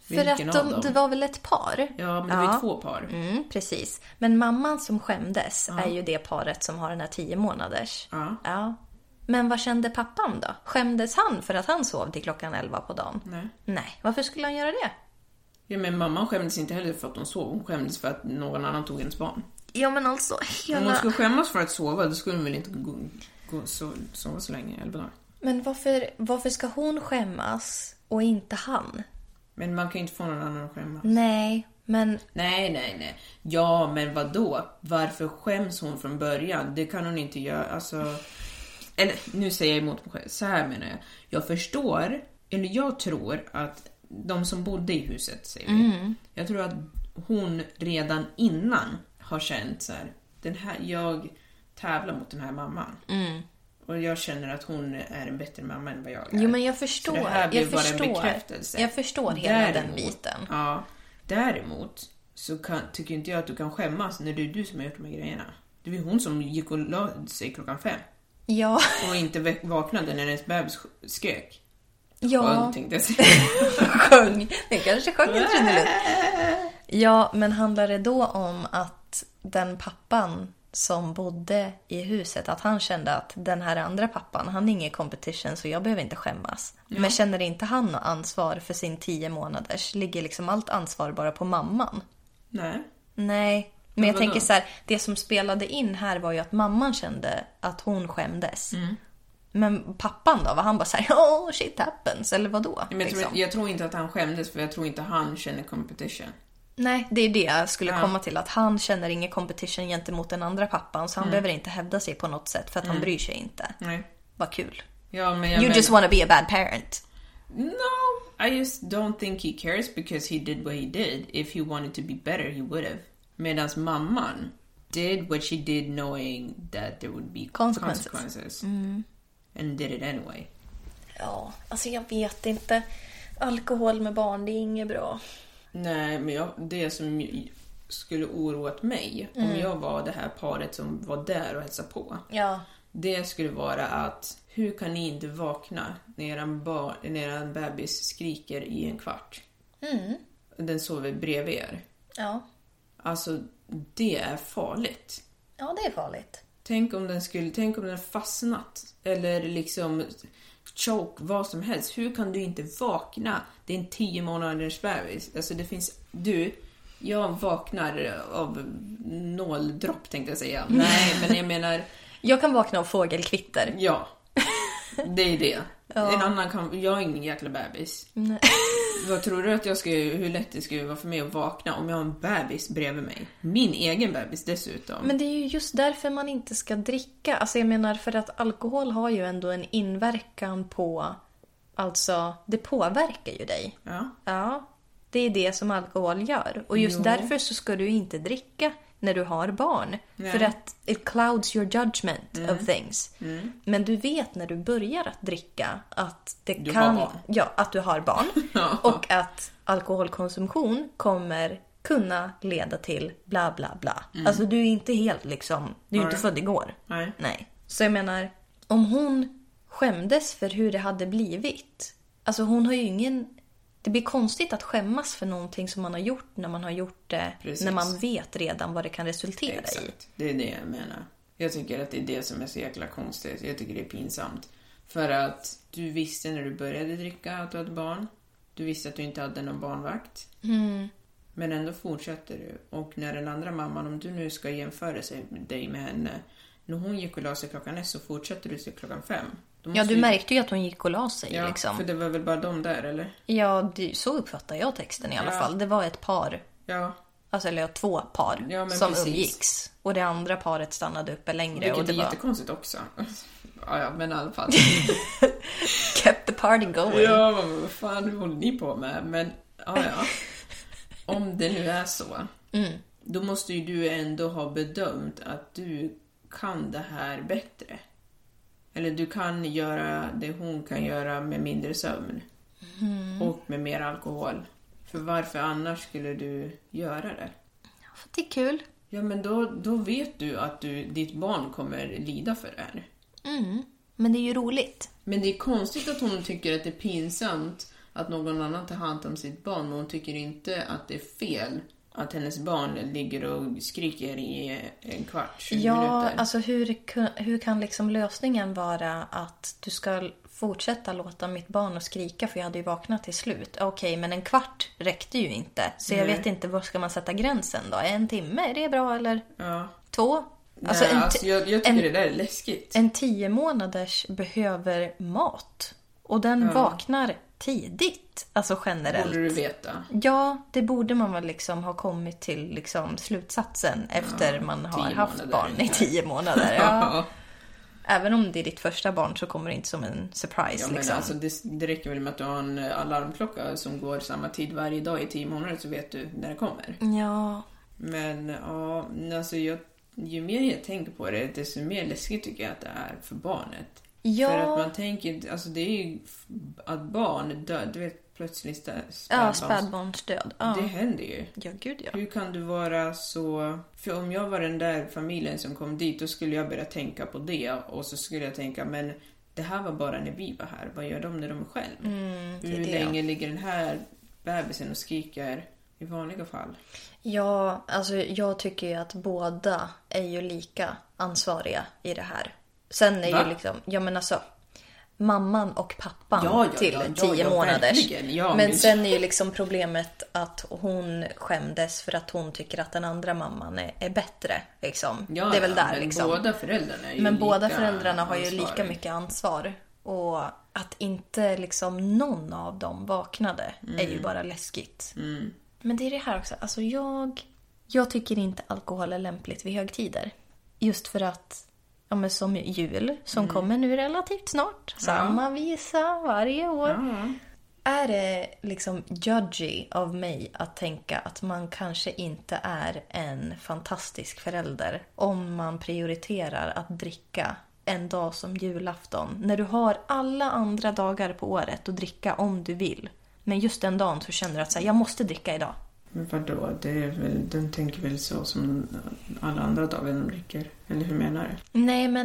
För att de, det var väl ett par? Ja, men det var ja. ju två par. Mm, precis. Men mamman som skämdes ja. är ju det paret som har den här tio månaders. Ja. ja. Men vad kände pappan då? Skämdes han för att han sov till klockan elva på dagen? Nej. Nej, varför skulle han göra det? Ja, men mamman skämdes inte heller för att hon sov. Hon skämdes för att någon annan tog hennes barn. Ja, men alltså hela... Om hon skulle skämmas för att sova, då skulle hon väl inte gå, gå så, sova så länge, eller dagar. Men varför, varför ska hon skämmas och inte han? Men man kan ju inte få någon annan att skämmas. Nej, men... Nej, nej, nej. Ja, men vad då? Varför skäms hon från början? Det kan hon inte göra, alltså... Eller, nu säger jag emot mig själv. Så här menar jag. Jag förstår, eller jag tror att de som bodde i huset, säger vi. Mm. Jag tror att hon redan innan har känt så här, den här, jag tävlar mot den här mamman. Mm. Och jag känner att hon är en bättre mamma än vad jag är. Jo, men jag förstår. Så det här blir jag bara förstår. en bekräftelse. Jag förstår hela däremot, den biten. Ja, däremot så kan, tycker inte jag att du kan skämmas när det är du som har gjort de här grejerna. Det var hon som gick och la sig klockan fem. Ja. Och inte vaknade när hennes bebis skrek. Ja. Sjöng, tänkte jag säga. Sjöng. Det kanske sjöng en trudelutt. Ja, men handlar det då om att den pappan som bodde i huset, att han kände att den här andra pappan, han är ingen competition så jag behöver inte skämmas. Ja. Men känner inte han något ansvar för sin tio månaders? Ligger liksom allt ansvar bara på mamman? Nej. Nej. Men, men jag tänker så här, det som spelade in här var ju att mamman kände att hon skämdes. Mm. Men pappan då, var han bara så här, oh shit happens, eller vadå? Men jag, liksom. tror, jag tror inte att han skämdes, för jag tror inte han känner competition. Nej, det är det jag skulle ja. komma till. Att han känner ingen competition gentemot den andra pappan. Så han mm. behöver inte hävda sig på något sätt. För att mm. han bryr sig inte. Nej. Vad kul. Ja, men jag you men... just wanna be a bad parent. No, I just don't think he cares because he did what he did. If he wanted to be better, he would have. Medans mamman did what she did knowing that there would be consequences. consequences. Mm. And did it anyway. Ja, alltså jag vet inte. Alkohol med barn, det är inget bra. Nej, men jag, det som skulle oroat mig mm. om jag var det här paret som var där och hälsade på. Ja. Det skulle vara att hur kan ni inte vakna när eran, bar, när eran bebis skriker i en kvart? Mm. Den sover bredvid er. Ja. Alltså, det är farligt. Ja, det är farligt. Tänk om den skulle, tänk om den fastnat eller liksom choke, vad som helst. Hur kan du inte vakna? Det är en tio månaders bebis. Alltså det finns, du, jag vaknar av nåldropp tänkte jag säga. Nej, men jag menar... Jag kan vakna av fågelkvitter. Ja, det är det. Ja. En annan kan, jag är ingen jäkla bebis. Nej. Vad tror du att jag ska, hur lätt det skulle vara för mig att vakna om jag har en bebis bredvid mig? Min egen bebis dessutom. Men det är ju just därför man inte ska dricka. Alltså jag menar för att alkohol har ju ändå en inverkan på, alltså det påverkar ju dig. Ja. Ja, det är det som alkohol gör. Och just jo. därför så ska du inte dricka när du har barn. Nej. För att it clouds your judgment mm. of things. Mm. Men du vet när du börjar att dricka att det du kan... Har barn. Ja, att du har barn. Och att alkoholkonsumtion kommer kunna leda till bla bla bla. Mm. Alltså du är inte helt liksom... Du är Nej. inte född igår. Nej. Nej. Så jag menar, om hon skämdes för hur det hade blivit. Alltså hon har ju ingen... Det blir konstigt att skämmas för någonting som man har gjort när man har gjort det. Precis. När man vet redan vad det kan resultera Exakt. i. Det är det jag menar. Jag tycker att det är det som är så jäkla konstigt. Jag tycker det är pinsamt. För att du visste när du började dricka att du hade barn. Du visste att du inte hade någon barnvakt. Mm. Men ändå fortsätter du. Och när den andra mamman, om du nu ska jämföra sig med dig med henne. När hon gick och la sig klockan ett så fortsätter du sig klockan fem. Ja, du ju... märkte ju att hon gick och la sig. Ja, liksom. för det var väl bara de där, eller? Ja, det, så uppfattar jag texten i alla ja. fall. Det var ett par. Ja. Alltså, eller två par ja, som precis. umgicks. Och det andra paret stannade uppe längre. Vilket och det är var... jättekonstigt också. Ja, ja, men i alla fall. Kept the party going. Ja, vad fan håller ni på med? Men, ja, ja. Om det nu är så. Mm. Då måste ju du ändå ha bedömt att du kan det här bättre. Eller du kan göra det hon kan göra med mindre sömn. Mm. Och med mer alkohol. För varför annars skulle du göra det? För det är kul. Ja, men då, då vet du att du, ditt barn kommer lida för det här. Mm. Men det är ju roligt. Men det är konstigt att hon tycker att det är pinsamt att någon annan tar hand om sitt barn, men hon tycker inte att det är fel att hennes barn ligger och skriker i en kvart, tjugo ja, minuter. Ja, alltså hur, hur kan liksom lösningen vara att du ska fortsätta låta mitt barn och skrika för jag hade ju vaknat till slut. Okej, okay, men en kvart räckte ju inte. Så jag Nej. vet inte, var ska man sätta gränsen då? En timme, är det bra eller? Ja. Två? Alltså, Nej, en t- alltså jag, jag tycker en, det där är läskigt. En tio månaders behöver mat. Och den ja. vaknar tidigt. Alltså generellt. Borde du veta. Ja, det borde man väl liksom ha kommit till liksom slutsatsen efter ja, man har haft barn i tio månader. Ja. Även om det är ditt första barn så kommer det inte som en surprise. Ja, men liksom. alltså, det, det räcker väl med att du har en alarmklocka som går samma tid varje dag i tio månader så vet du när det kommer. Ja. Men ja, alltså jag, ju mer jag tänker på det desto mer läskigt tycker jag att det är för barnet. Ja. För att man tänker, alltså det är ju att barn dör, du vet plötsligt spädbarns, ja, spädbarnsdöd. Ja. Det händer ju. Ja, gud ja. Hur kan du vara så... För om jag var den där familjen som kom dit, då skulle jag börja tänka på det. Och så skulle jag tänka, men det här var bara när vi var här. Vad gör de när de är själv? Mm, Hur det länge ligger den här bebisen och skriker i vanliga fall? Ja, alltså jag tycker ju att båda är ju lika ansvariga i det här. Sen är Va? ju liksom... Ja, men alltså... Mamman och pappan ja, ja, till ja, ja, tio ja, månaders. Ja, men sen är ju liksom problemet att hon skämdes för att hon tycker att den andra mamman är, är bättre. Liksom. Ja, det är väl ja, där men liksom. båda föräldrarna är ju Men lika båda föräldrarna har ju lika ansvarig. mycket ansvar. Och att inte liksom någon av dem vaknade mm. är ju bara läskigt. Mm. Men det är det här också. Alltså jag, jag tycker inte alkohol är lämpligt vid högtider. Just för att ja, men som jul, som mm. kommer nu relativt snart. Samma ja. visa varje år. Ja. Är det liksom judgy av mig att tänka att man kanske inte är en fantastisk förälder om man prioriterar att dricka en dag som julafton. När du har alla andra dagar på året att dricka om du vill. Men just den dagen så känner du att så här, jag måste dricka idag. Men vadå? Det är väl, den tänker väl så som alla andra dagar de dricker? Eller hur menar du? Nej, men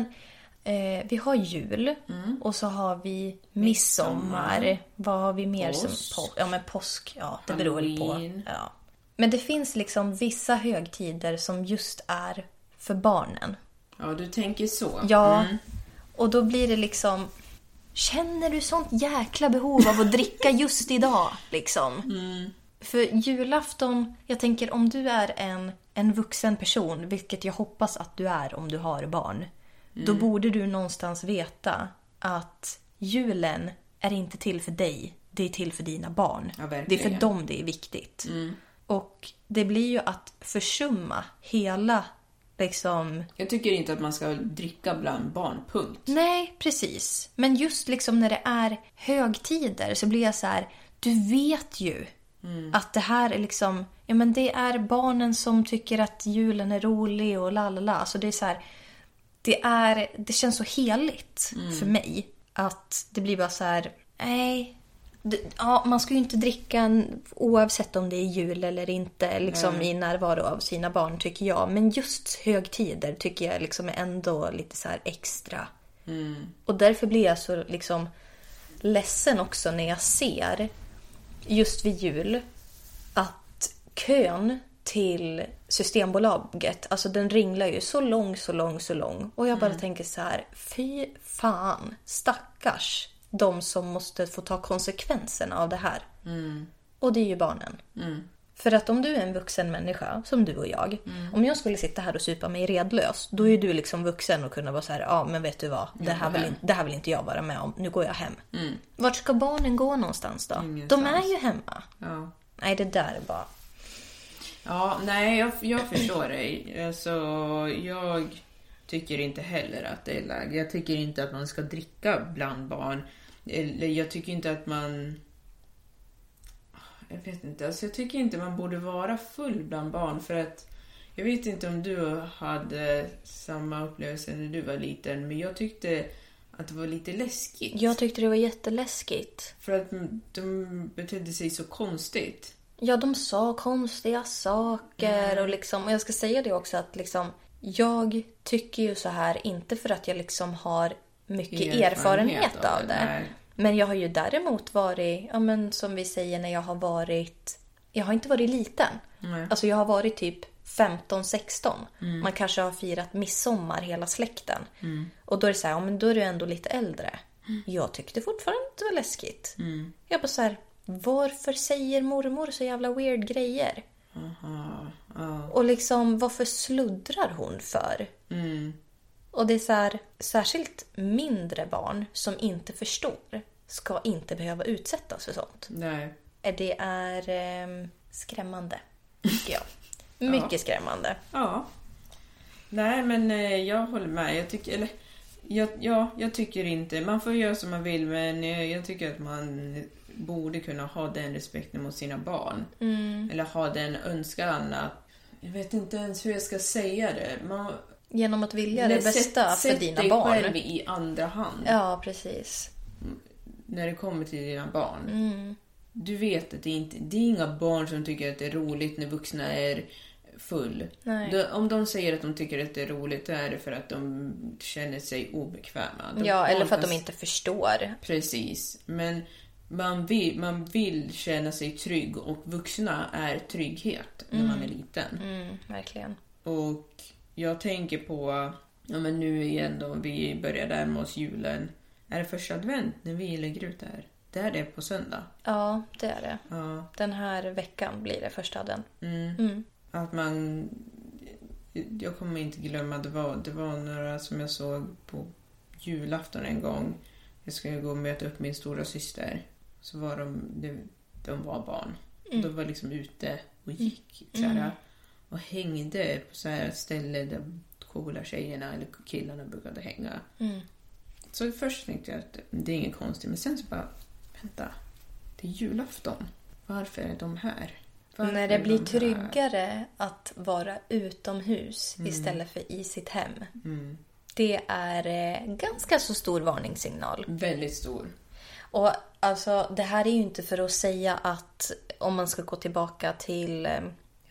eh, vi har jul mm. och så har vi midsommar. midsommar. Vad har vi mer? Påsk. Som, ja, men påsk. Ja, det beror väl på. Ja. Men det finns liksom vissa högtider som just är för barnen. Ja, du tänker så. Ja, mm. och då blir det liksom... Känner du sånt jäkla behov av att dricka just idag? Liksom? Mm. För julafton, jag tänker om du är en, en vuxen person, vilket jag hoppas att du är om du har barn, mm. då borde du någonstans veta att julen är inte till för dig, det är till för dina barn. Ja, det är för dem det är viktigt. Mm. Och det blir ju att försumma hela liksom... Jag tycker inte att man ska dricka bland barn, punkt. Nej, precis. Men just liksom när det är högtider så blir jag så här, du vet ju Mm. att det här är liksom, ja men det är barnen som tycker att julen är rolig och lalala. Alltså det är så här, det är, det känns så heligt mm. för mig att det blir bara så här, nej, det, ja, man ska ju inte dricka en, oavsett om det är jul eller inte liksom mm. i närvaro av sina barn tycker jag. Men just högtider tycker jag liksom är ändå lite så här extra. Mm. Och därför blir jag så liksom ledsen också när jag ser just vid jul att kön till Systembolaget, alltså den ringlar ju så lång, så lång, så lång. Och jag bara mm. tänker så här, fy fan, stackars de som måste få ta konsekvenserna av det här. Mm. Och det är ju barnen. Mm. För att om du är en vuxen människa, som du och jag, mm. om jag skulle sitta här och supa mig redlös, då är du liksom vuxen och kunna vara så här, ja men vet du vad, det här, vill inte, det här vill inte jag vara med om, nu går jag hem. Mm. Vart ska barnen gå någonstans då? Ingenstans. De är ju hemma. Ja. Nej, det där är bara... Ja, nej, jag, jag förstår dig. Alltså, jag tycker inte heller att det är läge. Jag tycker inte att man ska dricka bland barn. Eller jag tycker inte att man... Jag vet inte, alltså jag tycker inte man borde vara full bland barn för att jag vet inte om du hade samma upplevelse när du var liten, men jag tyckte att det var lite läskigt. Jag tyckte det var jätteläskigt. För att de betedde sig så konstigt. Ja, de sa konstiga saker mm. och liksom, och jag ska säga det också att liksom, jag tycker ju så här, inte för att jag liksom har mycket erfarenhet, erfarenhet av det. Nej. Men jag har ju däremot varit, ja men som vi säger när jag har varit, jag har inte varit liten. Nej. Alltså jag har varit typ femton sexton. Mm. Man kanske har firat midsommar hela släkten. Mm. Och då är det så här, ja men då är du ändå lite äldre. Mm. Jag tyckte fortfarande att det var läskigt. Mm. Jag bara så här, varför säger mormor så jävla weird grejer? Aha. Oh. Och liksom, varför sluddrar hon för? Mm. Och det är så här, särskilt mindre barn som inte förstår ska inte behöva utsättas för sånt. Nej. Det är eh, skrämmande, tycker jag. Mycket ja. skrämmande. Ja. Nej, men eh, jag håller med. Jag tycker, eller, jag, ja, jag tycker inte. Man får göra som man vill, men jag, jag tycker att man borde kunna ha den respekten mot sina barn. Mm. Eller ha den önskan att, jag vet inte ens hur jag ska säga det. Man, Genom att vilja det bästa sätt, för dina sätt barn. Sätt dig själv i andra hand. Ja, precis. När det kommer till dina barn. Mm. Du vet att det är, inte, det är inga barn som tycker att det är roligt när vuxna är full. De, om de säger att de tycker att det är roligt, då är det för att de känner sig obekväma. De ja, eller för att de inte förstår. Precis. Men man vill, man vill känna sig trygg, och vuxna är trygghet när mm. man är liten. Mm, verkligen. Och jag tänker på, ja men nu igen då, vi börjar närma oss julen. Är det första advent när vi lägger ut det här? Det är det på söndag. Ja, det är det. Ja. Den här veckan blir det första advent. Mm. Mm. Att man... Jag kommer inte glömma, det var, det var några som jag såg på julafton en gång. Jag skulle gå och möta upp min stora syster. Så var de, de, de var barn. Mm. De var liksom ute och gick så här, mm. och hängde på så här ställen där coola tjejerna eller killarna brukade hänga. Mm. Så först tänkte jag att det är inget konstigt. Men sen så bara, vänta, det är julafton. Varför är de här? Varför När det blir de tryggare att vara utomhus mm. istället för i sitt hem. Mm. Det är en ganska så stor varningssignal. Väldigt stor. Och alltså, det här är ju inte för att säga att om man ska gå tillbaka till eh,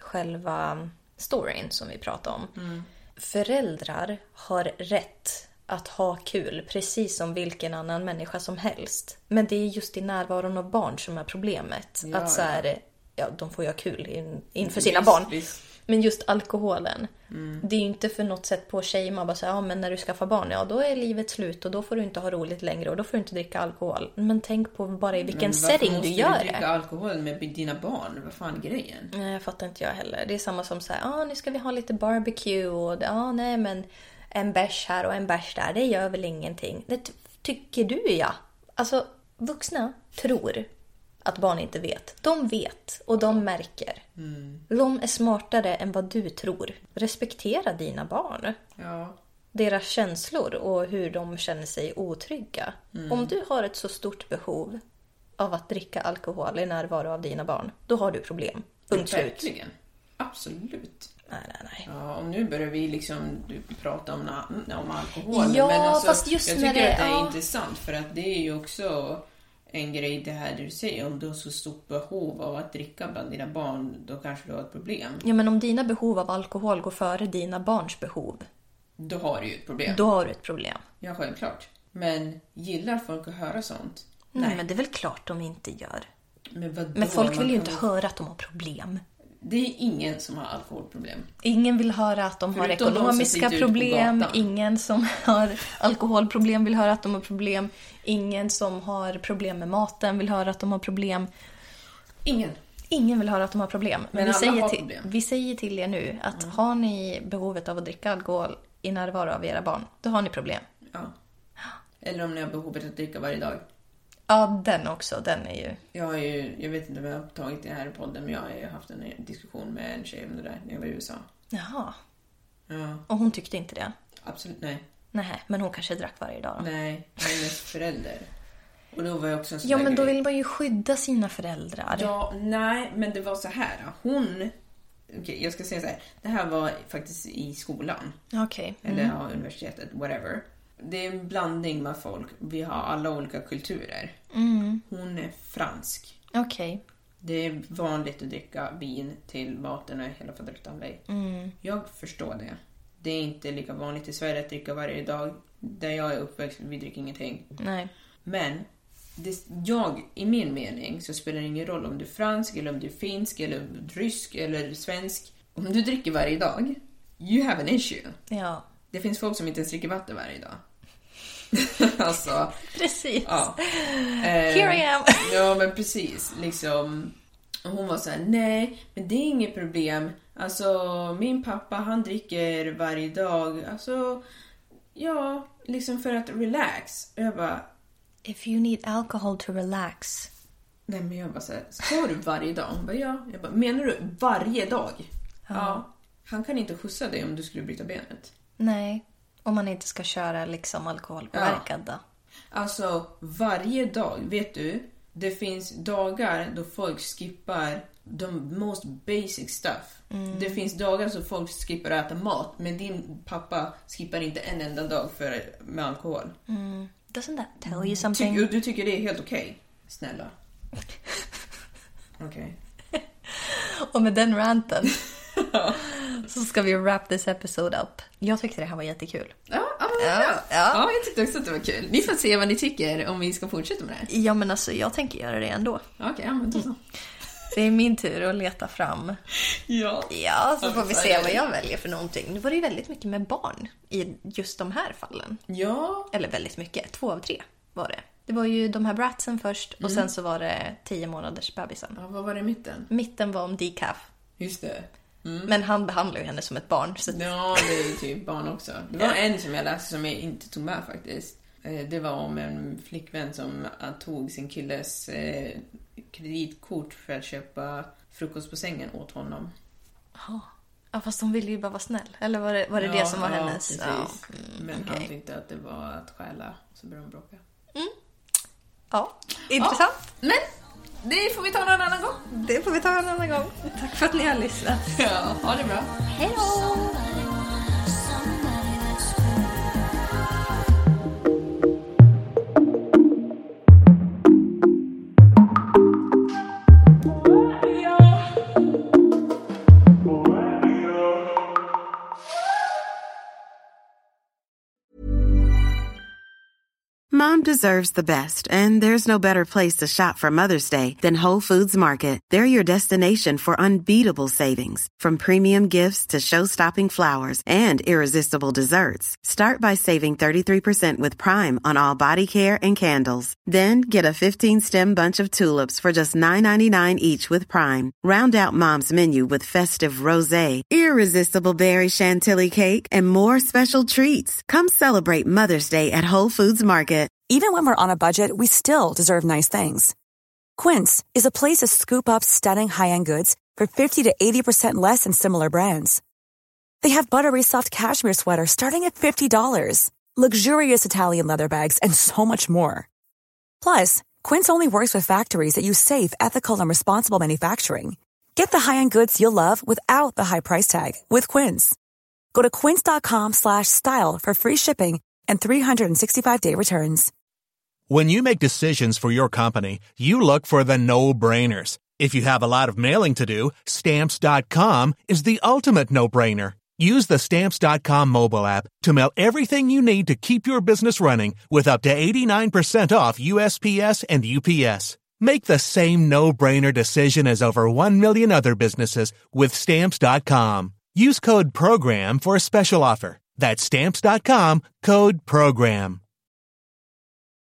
själva storyn som vi pratade om. Mm. Föräldrar har rätt att ha kul, precis som vilken annan människa som helst. Men det är just i närvaron av barn som är problemet. Ja, att så här, ja, de får ju ha kul in, inför visst, sina barn. Visst. Men just alkoholen. Mm. Det är ju inte för något sätt på tjej. Man bara säger, ja men när du skaffar barn, ja då är livet slut och då får du inte ha roligt längre och då får du inte dricka alkohol. Men tänk på bara i vilken setting du gör det. Varför måste du dricka alkohol med dina barn? Vad fan är grejen? Nej, jag fattar inte jag heller. Det är samma som så här, ja nu ska vi ha lite barbecue och ja nej men en bärs här och en bärs där, det gör väl ingenting. Det tycker du ja. Alltså vuxna tror att barn inte vet. De vet och de märker. Mm. De är smartare än vad du tror. Respektera dina barn. Ja. Deras känslor och hur de känner sig otrygga. Mm. Om du har ett så stort behov av att dricka alkohol i närvaro av dina barn, då har du problem. Punkt slut. Verkligen. Absolut. Nej, nej, nej. Ja, och nu börjar vi liksom prata om, om alkohol. Ja, men alltså, fast just jag när tycker det, att det är ja. intressant, för att det är ju också en grej det här du säger. Om du har så stort behov av att dricka bland dina barn, då kanske du har ett problem. Ja, men om dina behov av alkohol går före dina barns behov, då har du ju ett problem. Då har du ett problem. Ja, självklart. Men gillar folk att höra sånt? Nej, Nej men det är väl klart de inte gör. Men, vadå? Men folk vill ju inte väl... höra att de har problem. Det är ingen som har alkoholproblem. Ingen vill höra att de Förutom har ekonomiska de problem. Ingen som har alkoholproblem vill höra att de har problem. Ingen som har problem med maten vill höra att de har problem. Ingen. Ingen vill höra att de har problem. Men, Men vi, alla säger har till, problem. vi säger till er nu att mm. har ni behovet av att dricka alkohol i närvaro av era barn, då har ni problem. Ja. Eller om ni har behovet att dricka varje dag. Ja, den också. Den är ju... Jag har ju, jag vet inte om jag har tagit det här i podden, men jag har ju haft en diskussion med en tjej om det där när jag var i U S A. Jaha. Ja. Och hon tyckte inte det? Absolut, nej. Nej, men hon kanske drack varje dag då? Nej, hennes förälder. Och då var jag också en sån Ja, men grej. då vill man ju skydda sina föräldrar. Ja, nej, men det var så här. Hon... Okej, jag ska säga så här. Det här var faktiskt i skolan. Okej. Okay. Mm. Eller ja, universitetet, whatever. Det är en blandning med folk. Vi har alla olika kulturer. Mm. Hon är fransk. Okej. Okay. Det är vanligt att dricka vin till maten och hela faderuttan dig. Mm. Jag förstår det. Det är inte lika vanligt i Sverige att dricka varje dag. Där jag är uppväxt, vi dricker ingenting. Nej. Men det, jag, i min mening så spelar det ingen roll om du är fransk eller om du är finsk eller rysk eller svensk. Om du dricker varje dag, you have an issue. Ja. Det finns folk som inte ens dricker vatten varje dag. Alltså, precis. Ja. Here I am. Ja, men precis. Liksom, hon var så här: nej, men det är inget problem. Alltså, min pappa, han dricker varje dag. Alltså, ja, liksom för att relax. Jag bara, if you need alcohol to relax. Nej, men jag bara så här: ska du varje dag? Hon bara, ja. Jag bara, menar du varje dag? Ja. ja. Han kan inte skjutsa dig om du skulle bryta benet. Nej, om man inte ska köra liksom alkoholpåverkad då. Ja. Alltså, varje dag, vet du, det finns dagar då folk skippar de most basic stuff. Mm. Det finns dagar så folk skippar att äta mat, men din pappa skippar inte en enda dag för, med alkohol. Mm. Doesn't that tell you something? Ty- du tycker det är helt okej? Okay? Snälla. Okej. Okay. Och med den ranten så ska vi wrap this episode up. Jag tyckte det här var jättekul. Ja, ja, ja. ja. ja jag tyckte också att det var kul. Ni får se vad ni tycker om vi ska fortsätta med det. Ja, men alltså jag tänker göra det ändå. Okej, okay, ja, men då så. Det är min tur att leta fram. Ja. Ja, så får vi se vad jag väljer för någonting. Nu var det ju väldigt mycket med barn i just de här fallen. Ja. Eller väldigt mycket. Två av tre var det. Det var ju de här bratsen först. Mm. Och sen så var det tio månaders bebisen. Ja, vad var det i mitten? Mitten var om decaf. Just det. Mm. Men han behandlar ju henne som ett barn. Så... Ja, det är ju typ barn också. Det var en som jag läste som jag inte tog med faktiskt. Det var om en flickvän som tog sin killes eh, kreditkort för att köpa frukost på sängen åt honom. Oh. Ja, fast hon ville ju bara vara snäll. Eller var det var det, ja, det som var ja, hennes? Precis. Ja, mm, men okay. han tyckte att det var att stjäla. Så började de bråka. Mm. Ja, intressant. Ja, men det får vi ta någon annan gång. Det får vi ta en annan gång. Tack för att ni har lyssnat. Ja, ha det bra. Hej då! Mom deserves the best, and there's no better place to shop for Mother's Day than Whole Foods Market. They're your destination for unbeatable savings, from premium gifts to show-stopping flowers and irresistible desserts. Start by saving thirty-three percent with Prime on all body care and candles. Then get a fifteen-stem bunch of tulips for just nine ninety-nine each with Prime. Round out Mom's menu with festive rosé, irresistible berry chantilly cake, and more special treats. Come celebrate Mother's Day at Whole Foods Market. Even when we're on a budget, we still deserve nice things. Quince is a place to scoop up stunning high-end goods for fifty to eighty percent less than similar brands. They have buttery soft cashmere sweaters starting at fifty dollars, luxurious Italian leather bags, and so much more. Plus, Quince only works with factories that use safe, ethical, and responsible manufacturing. Get the high-end goods you'll love without the high price tag with Quince. Go to quince.com slash style for free shipping and three sixty-five day returns. When you make decisions for your company, you look for the no-brainers. If you have a lot of mailing to do, Stamps dot com is the ultimate no-brainer. Use the Stamps dot com mobile app to mail everything you need to keep your business running with up to eighty-nine percent off U S P S and U P S. Make the same no-brainer decision as over one million other businesses with Stamps dot com. Use code PROGRAM for a special offer. That's Stamps dot com, code PROGRAM.